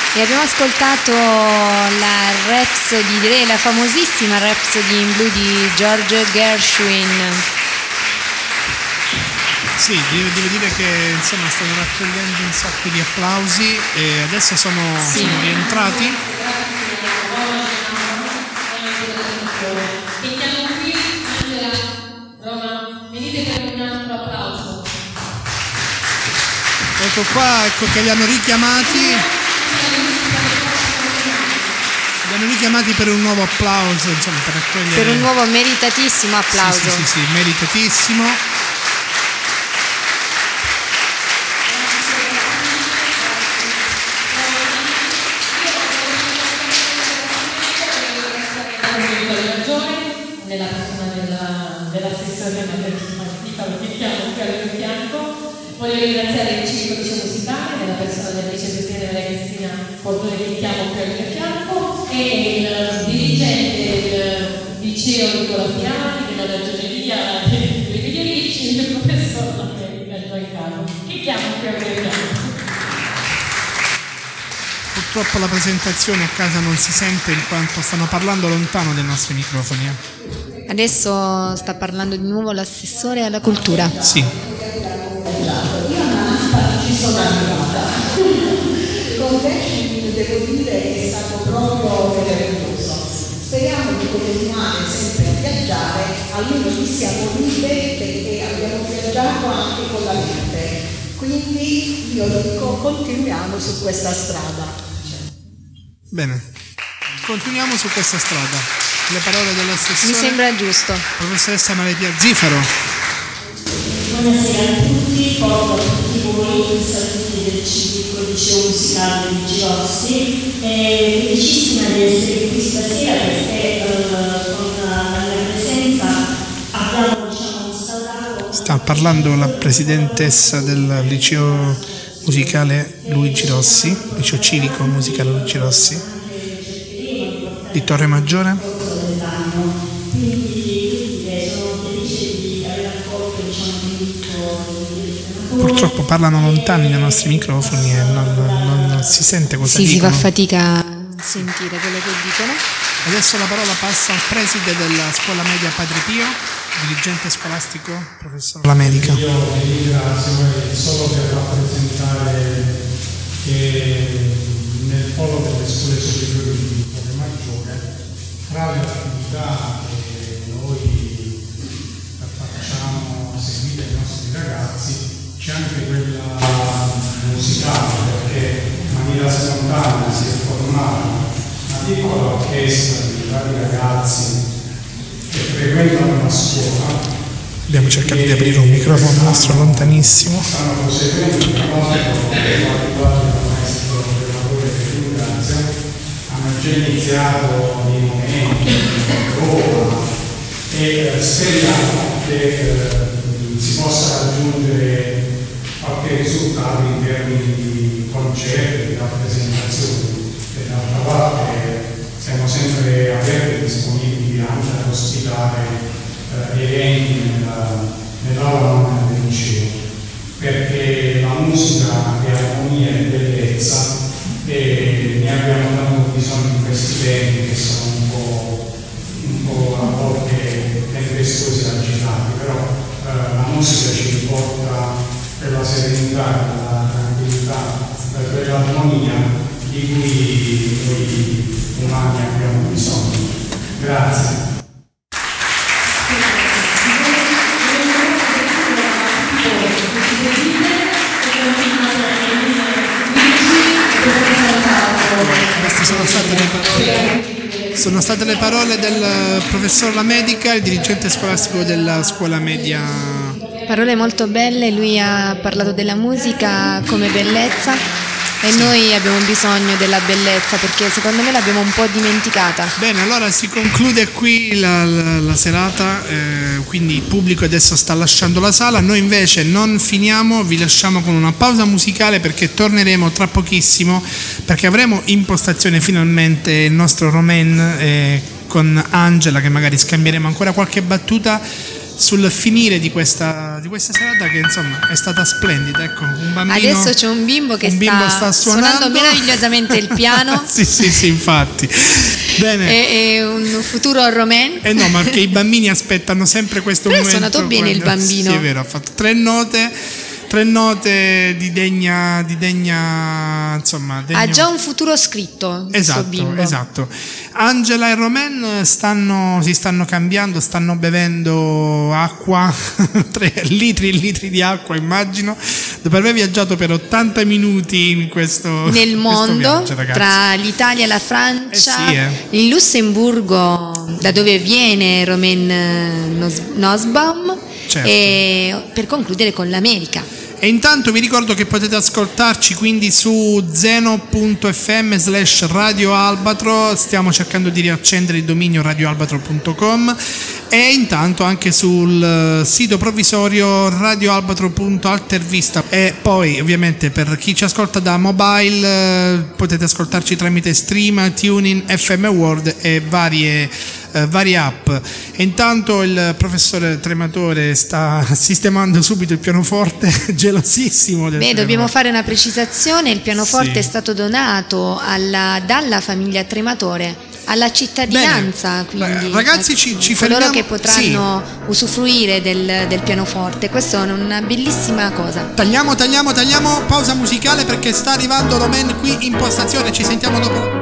E abbiamo ascoltato la Rhapsody, direi la famosissima Rhapsody in blu di George Gershwin. Sì, devo dire che insomma stanno raccogliendo un sacco di applausi e adesso sono rientrati. Ecco qua, ecco che li hanno richiamati per un nuovo applauso, insomma, per raccogliere... Per un nuovo meritatissimo applauso. Sì, meritatissimo. Nella persona dell'assessore Martita, lo chiediamo qui al fianco. Voglio ringraziare il civico liceo musicale nella persona del vicepresidente Maria Cristina Portone, che chiamo qui al mio fianco, e il dirigente del liceo Nicola Fiani, della ragioneria dei Mediorici, il professor Giancarlo, che chiamo qui al mio fianco. Purtroppo la presentazione a casa non si sente in quanto stanno parlando lontano dai nostri microfoni. Adesso sta parlando di nuovo l'assessore alla cultura. Sì. Io a Nasta ci sono arrivata. Con te devo dire che è stato proprio meraviglioso. Speriamo di continuare sempre a viaggiare, almeno qui siamo liberi perché abbiamo viaggiato anche con la mente. Quindi io dico continuiamo su questa strada. Bene, continuiamo su questa strada. Le parole dell'assessore. Mi sembra giusto. Professoressa Maria Pia Zifaro. Buonasera a tutti, porto a tutti voi i saluti del civico liceo musicale di Girossi. Felicissima di essere qui stasera perché con la mia presenza abbiamo instaurato... Sta parlando la presidentessa del liceo musicale Luigi Rossi, liceo civico musicale Luigi Rossi di Torre Maggiore. Purtroppo parlano lontani dai nostri microfoni e non si sente cosa dicono. Si fa fatica a sentire quello che dicono. Adesso la parola passa al preside della scuola media Padre Pio, dirigente scolastico, professor La Medica. Io vi ringrazio solo per rappresentare che nel polo delle scuole superiori di Torre Maggiore, tra le attività che noi facciamo seguire ai nostri ragazzi, c'è anche quella musicale, perché in maniera spontanea si è formata una piccola orchestra di vari ragazzi che frequentano la scuola. Abbiamo cercato di aprire un microfono nostro lontanissimo. Stanno proseguendo il lavoro riguardo il maestro Relatore che ringrazio. Hanno già iniziato dei momenti di prova e speriamo che si possa raggiungere qualche risultato in termini di concerti, di rappresentazioni, e d'altra parte siamo sempre aperti e disponibili anche ad ospitare eventi nell'aula magna del liceo, perché la musica è armonia e bellezza e ne abbiamo tanto bisogno in questi tempi che sono un po' a volte tempestosi e agitati, però la musica ci riporta quella serenità, quella tranquillità, quell'armonia di cui noi umani abbiamo bisogno. Grazie. Queste sono state le parole del professor La Medica, il dirigente scolastico della scuola media. Parole molto belle, lui ha parlato della musica come bellezza e noi abbiamo bisogno della bellezza perché secondo me l'abbiamo un po' dimenticata. Bene, allora si conclude qui la serata, quindi il pubblico adesso sta lasciando la sala, noi invece non finiamo, vi lasciamo con una pausa musicale perché torneremo tra pochissimo perché avremo in postazione finalmente il nostro Romain con Angela che magari scambieremo ancora qualche battuta sul finire di questa serata, che insomma è stata splendida. Ecco, un bambino, adesso c'è un bimbo che sta suonando meravigliosamente il piano. sì, infatti. Bene. È un futuro romain. No, ma perché i bambini aspettano sempre questo però momento. È suonato bene il bambino. Sì, è vero, ha fatto tre note di degna insomma, ha già un futuro scritto. Esatto. Angela e Romain si stanno cambiando, stanno bevendo acqua, 3 litri e litri di acqua, immagino, dopo aver viaggiato per 80 minuti nel mondo, viaggio, tra l'Italia e la Francia, il Lussemburgo, da dove viene Romain Nussbaum, certo. E per concludere con l'America. E intanto vi ricordo che potete ascoltarci quindi su zeno.fm/Radio Albatro, stiamo cercando di riaccendere il dominio radioalbatro.com, e intanto anche sul sito provvisorio radioalbatro.altervista, e poi ovviamente per chi ci ascolta da mobile potete ascoltarci tramite Stream, TuneIn, FM World e varie app. E intanto il professore Trematore sta sistemando subito il pianoforte, gelosissimo del dobbiamo fare una precisazione: il pianoforte è stato donato dalla famiglia Trematore alla cittadinanza. Bene. Quindi ragazzi, ci fermiamo, coloro che potranno usufruire del pianoforte. Questa è una bellissima cosa. Tagliamo, pausa musicale perché sta arrivando Romain qui in postazione, ci sentiamo dopo.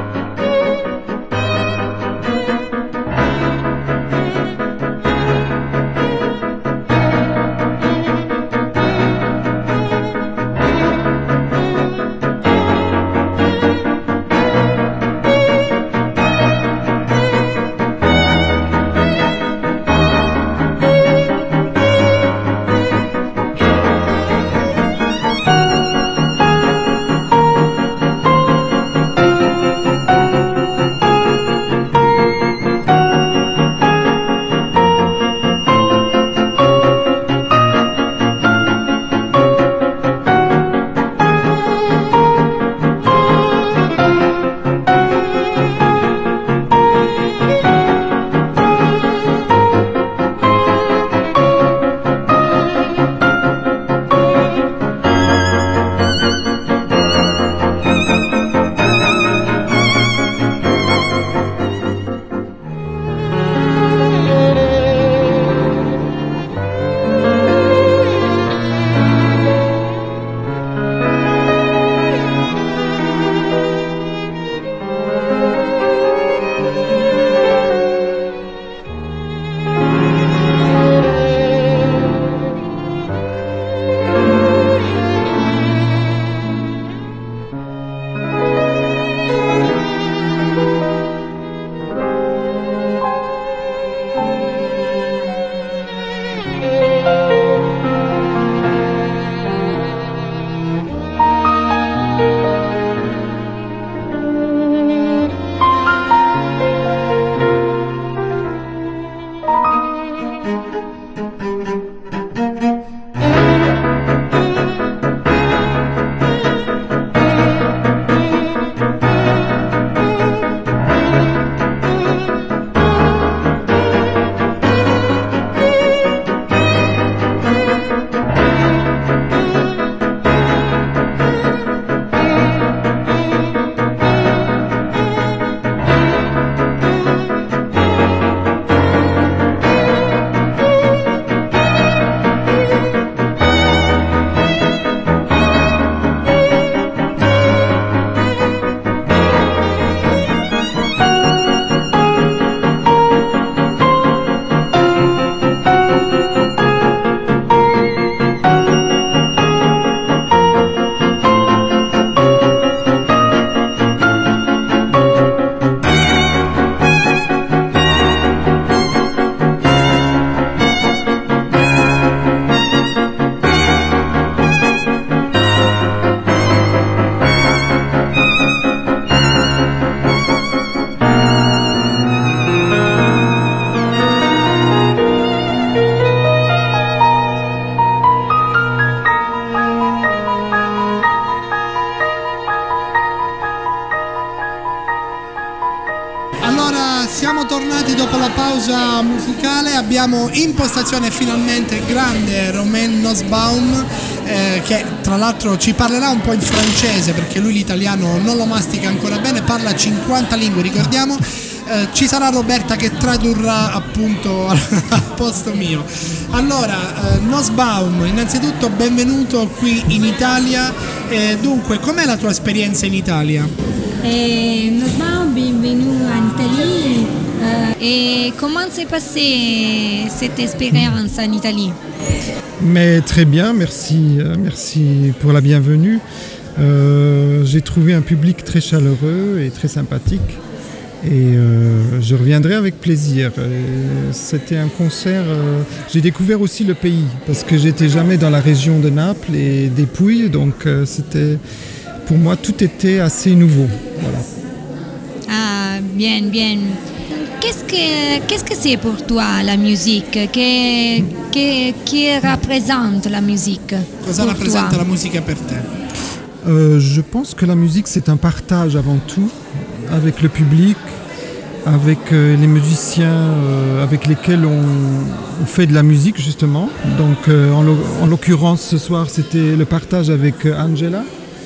siamo tornati dopo la pausa musicale, abbiamo in postazione finalmente il grande Romain Nussbaum, che tra l'altro ci parlerà un po' in francese perché lui l'italiano non lo mastica ancora bene, parla 50 lingue, ricordiamo. Ci sarà Roberta che tradurrà appunto al posto mio. Allora, Nussbaum, innanzitutto benvenuto qui in Italia. Dunque, com'è la tua esperienza in Italia? Nussbaum, bienvenue en Italie. Et comment s'est passée cette expérience en Italie? Mais très bien, merci pour la bienvenue. J'ai trouvé un public très chaleureux et très sympathique. Et je reviendrai avec plaisir. C'était un concert. J'ai découvert aussi le pays parce que j'étais jamais dans la région de Naples et des Pouilles, donc c'était pour moi tout était assez nouveau. Voilà. Ah, bien. Qu'est-ce que c'est pour toi la musique? Qui représente la musique? Cosa rappresenta la musica per te? Je pense que la musique c'est un partage avant tout avec le public, avec les musiciens avec lesquels on fait de la musique justement. Donc en l'occurrence ce soir c'était le partage avec Angela.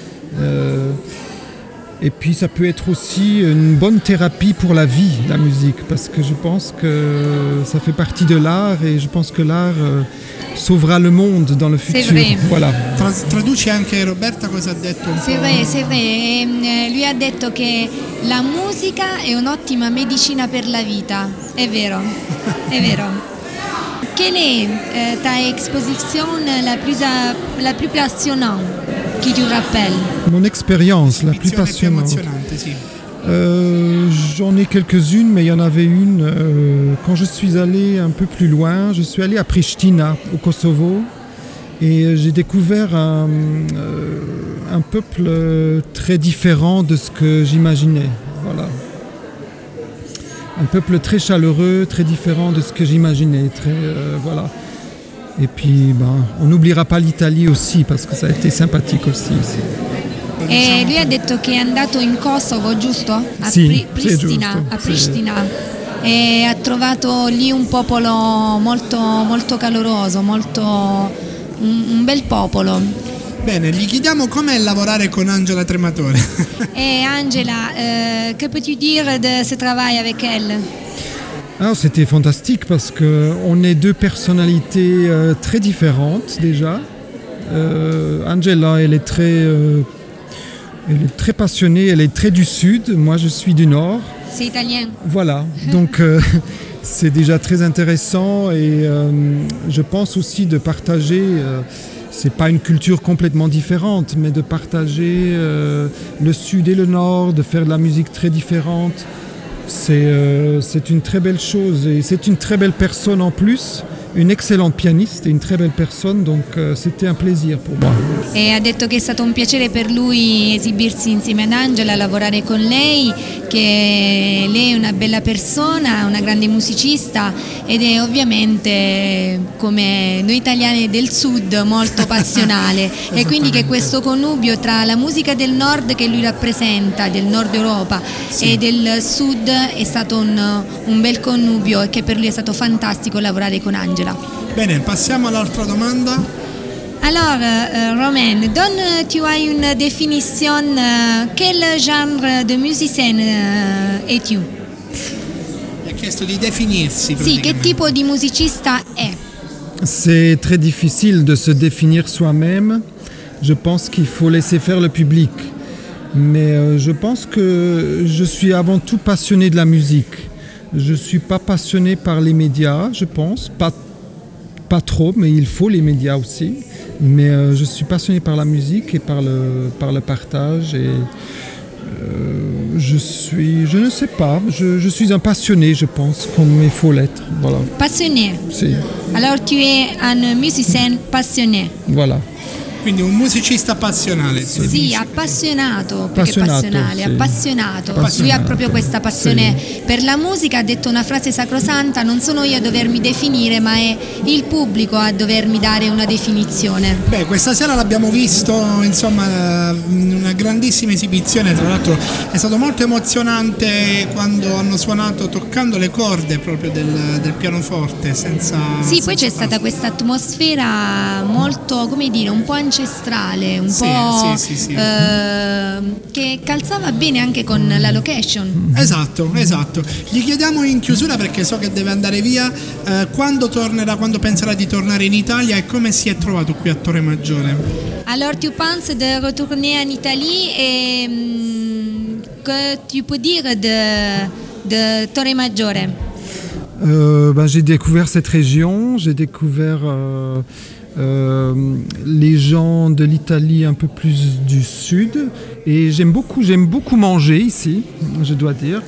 Et puis ça peut être aussi une bonne thérapie pour la vie, la musique, parce que je pense que ça fait partie de l'art et je pense que l'art sauvera le monde dans le futur. C'est vrai. Voilà. Traduci anche Roberta cosa ha detto un C'est po'. vrai, c'est vrai. Lui ha detto che la musica è un'ottima medicina per la vita. È vero, è vero. Quelle est ta exposition la plus passionnante qui tu rappelle? Mon expérience la plus Più passionnante. emozionante, sì. J'en ai quelques-unes, mais il y en avait une quand je suis allé un peu plus loin. Je suis allé à Pristina, au Kosovo, et j'ai découvert un peuple très différent de ce que j'imaginais. Voilà. Un peuple très chaleureux, très différent de ce que j'imaginais. Voilà. Et puis, on n'oubliera pas l'Italie aussi, parce que ça a été sympathique aussi. E lui ha detto che è andato in Kosovo, giusto? A Sì, Pristina, sì, giusto, a Pristina. E ha trovato lì un popolo molto, molto caloroso, un bel popolo. Bene, gli chiediamo com'è lavorare con Angela Trematore. Et Angela, que peux-tu dire de ce travail avec elle? Alors, c'était fantastique parce qu'on est deux personnalités très différentes déjà. Angela, elle est très passionnée, elle est très du sud, moi je suis du nord. C'est italien. Voilà, donc c'est déjà très intéressant et je pense aussi de partager, c'est pas une culture complètement différente, mais de partager le sud et le nord, de faire de la musique très différente. C'est une très belle chose et c'est une très belle personne en plus, une excellente pianiste et une très belle personne, donc c'était un plaisir pour moi. E ha detto che è stato un piacere per lui esibirsi insieme ad Angela, lavorare con lei, che lei è una bella persona, una grande musicista ed è ovviamente, come noi italiani del sud, molto passionale e quindi che questo connubio tra la musica del nord che lui rappresenta, del nord Europa, sì, e del sud è stato un bel connubio e che per lui è stato fantastico lavorare con Angela. Bene, passiamo all'altra domanda. Alors, Romain, donne-tu une définition, quel genre de musicien es-tu? Mi ha chiesto di definirsi. Sì, che tipo di musicista è? C'est très difficile de se définir soi-même. Je pense qu'il faut laisser faire le public. Mais je pense que je suis avant tout passionné de la musique. Je ne suis pas passionné par les médias, je pense. Pas trop, mais il faut les médias aussi. Mais je suis passionné par la musique et par le partage. Et je ne sais pas, je suis un passionné, je pense, comme il faut l'être. Voilà. Passionné. Si. Alors tu es un musicien passionné. Voilà. Quindi un musicista passionale. Sì, appassionato, più che passionale, sì. appassionato. Appassionato. Lui ha proprio questa passione per la musica, ha detto una frase sacrosanta: non sono io a dovermi definire, ma è il pubblico a dovermi dare una definizione. Beh, questa sera l'abbiamo visto, insomma, in una grandissima esibizione, tra l'altro è stato molto emozionante quando hanno suonato toccando le corde proprio del pianoforte, senza... Sì, poi c'è senza stata questa atmosfera molto, come dire, un po' ancestrale, un po' sì. che calzava bene anche con la location. Esatto. Gli chiediamo in chiusura, perché so che deve andare via, quando tornerà, quando penserà di tornare in Italia e come si è trovato qui a Torre Maggiore. Alors tu penses de retourner en Italie et que tu peux dire de Torre Maggiore? J'ai découvert cette région, j'ai découvert les gens de l'Italie un peu plus du sud, et j'aime beaucoup manger ici, je dois dire.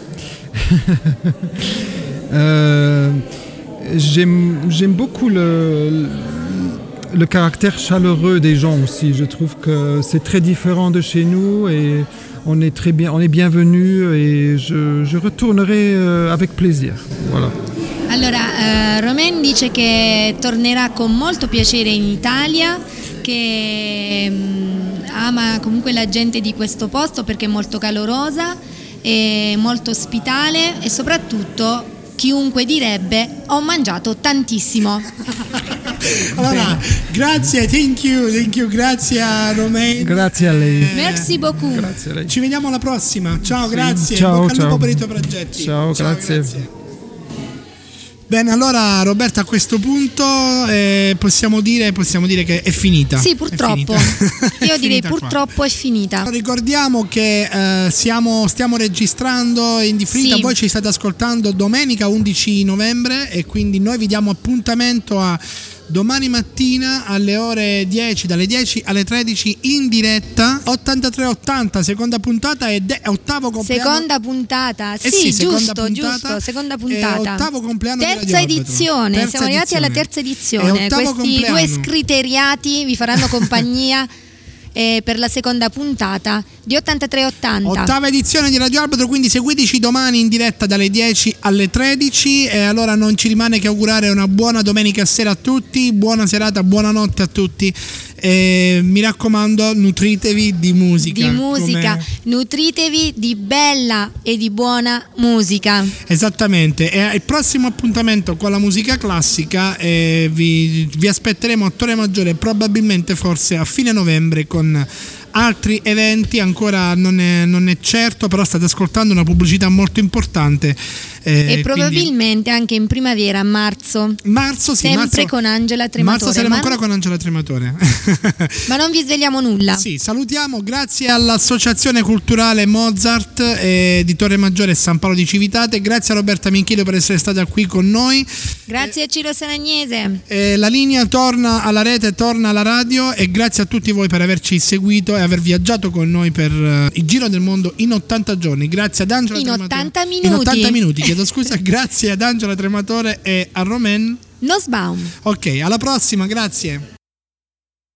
J'aime beaucoup le caractère chaleureux des gens aussi. Je trouve que c'est très différent de chez nous et on est bienvenus, et je retournerai avec plaisir. Voilà. Allora, Romain dice che tornerà con molto piacere in Italia, che ama comunque la gente di questo posto perché è molto calorosa e molto ospitale, e soprattutto chiunque direbbe: ho mangiato tantissimo. Allora, grazie, thank you, grazie a Romain. Grazie a lei. Merci beaucoup. Grazie a lei. Ci vediamo alla prossima. Ciao, Sì, grazie. ciao, Bocca al lupo ciao. per i tuoi progetti. Ciao, grazie. Bene, allora Roberta, a questo punto possiamo dire che è finita. Sì, purtroppo. È finita. Io È direi finita qua. purtroppo è finita. Ricordiamo che stiamo registrando in differita, Sì. Voi ci state ascoltando domenica 11 novembre e quindi noi vi diamo appuntamento a domani mattina alle ore 10, dalle 10 alle 13 in diretta. 8380, seconda puntata ed è ottavo compleanno. Seconda puntata, sì, seconda giusto, puntata. seconda puntata. Ottavo compleanno di terza Radio Albatro. edizione, siamo arrivati alla terza edizione. Ottavo Questi compleanno. due scriteriati vi faranno compagnia per la seconda puntata di 8380. Ottava edizione di Radio Albatro, quindi seguiteci domani in diretta dalle 10 alle 13 e allora non ci rimane che augurare una buona domenica sera a tutti, buona serata, buonanotte a tutti. Mi raccomando, nutritevi di musica. Nutritevi di bella e di buona musica. Esattamente, e il prossimo appuntamento con la musica classica vi aspetteremo a Torre Maggiore, probabilmente forse a fine novembre, con altri eventi, ancora non è certo, però state ascoltando una pubblicità molto importante. E probabilmente anche in primavera, a marzo. Sempre con Angela Trematore. Marzo saremo ancora con Angela Trematore. Ma non vi svegliamo nulla. Sì, salutiamo, grazie all'Associazione Culturale Mozart di Torre Maggiore e San Paolo di Civitate, grazie a Roberta Minchilio per essere stata qui con noi. Grazie a Ciro Sanagnese. La linea torna alla rete, torna alla radio, e grazie a tutti voi per averci seguito e aver viaggiato con noi per il giro del mondo in 80 giorni. Grazie ad Angela Trematore. 80 minuti. In 80 minuti, chiedo scusa, grazie ad Angela Trematore e a Romain Nussbaum. Ok, alla prossima, grazie.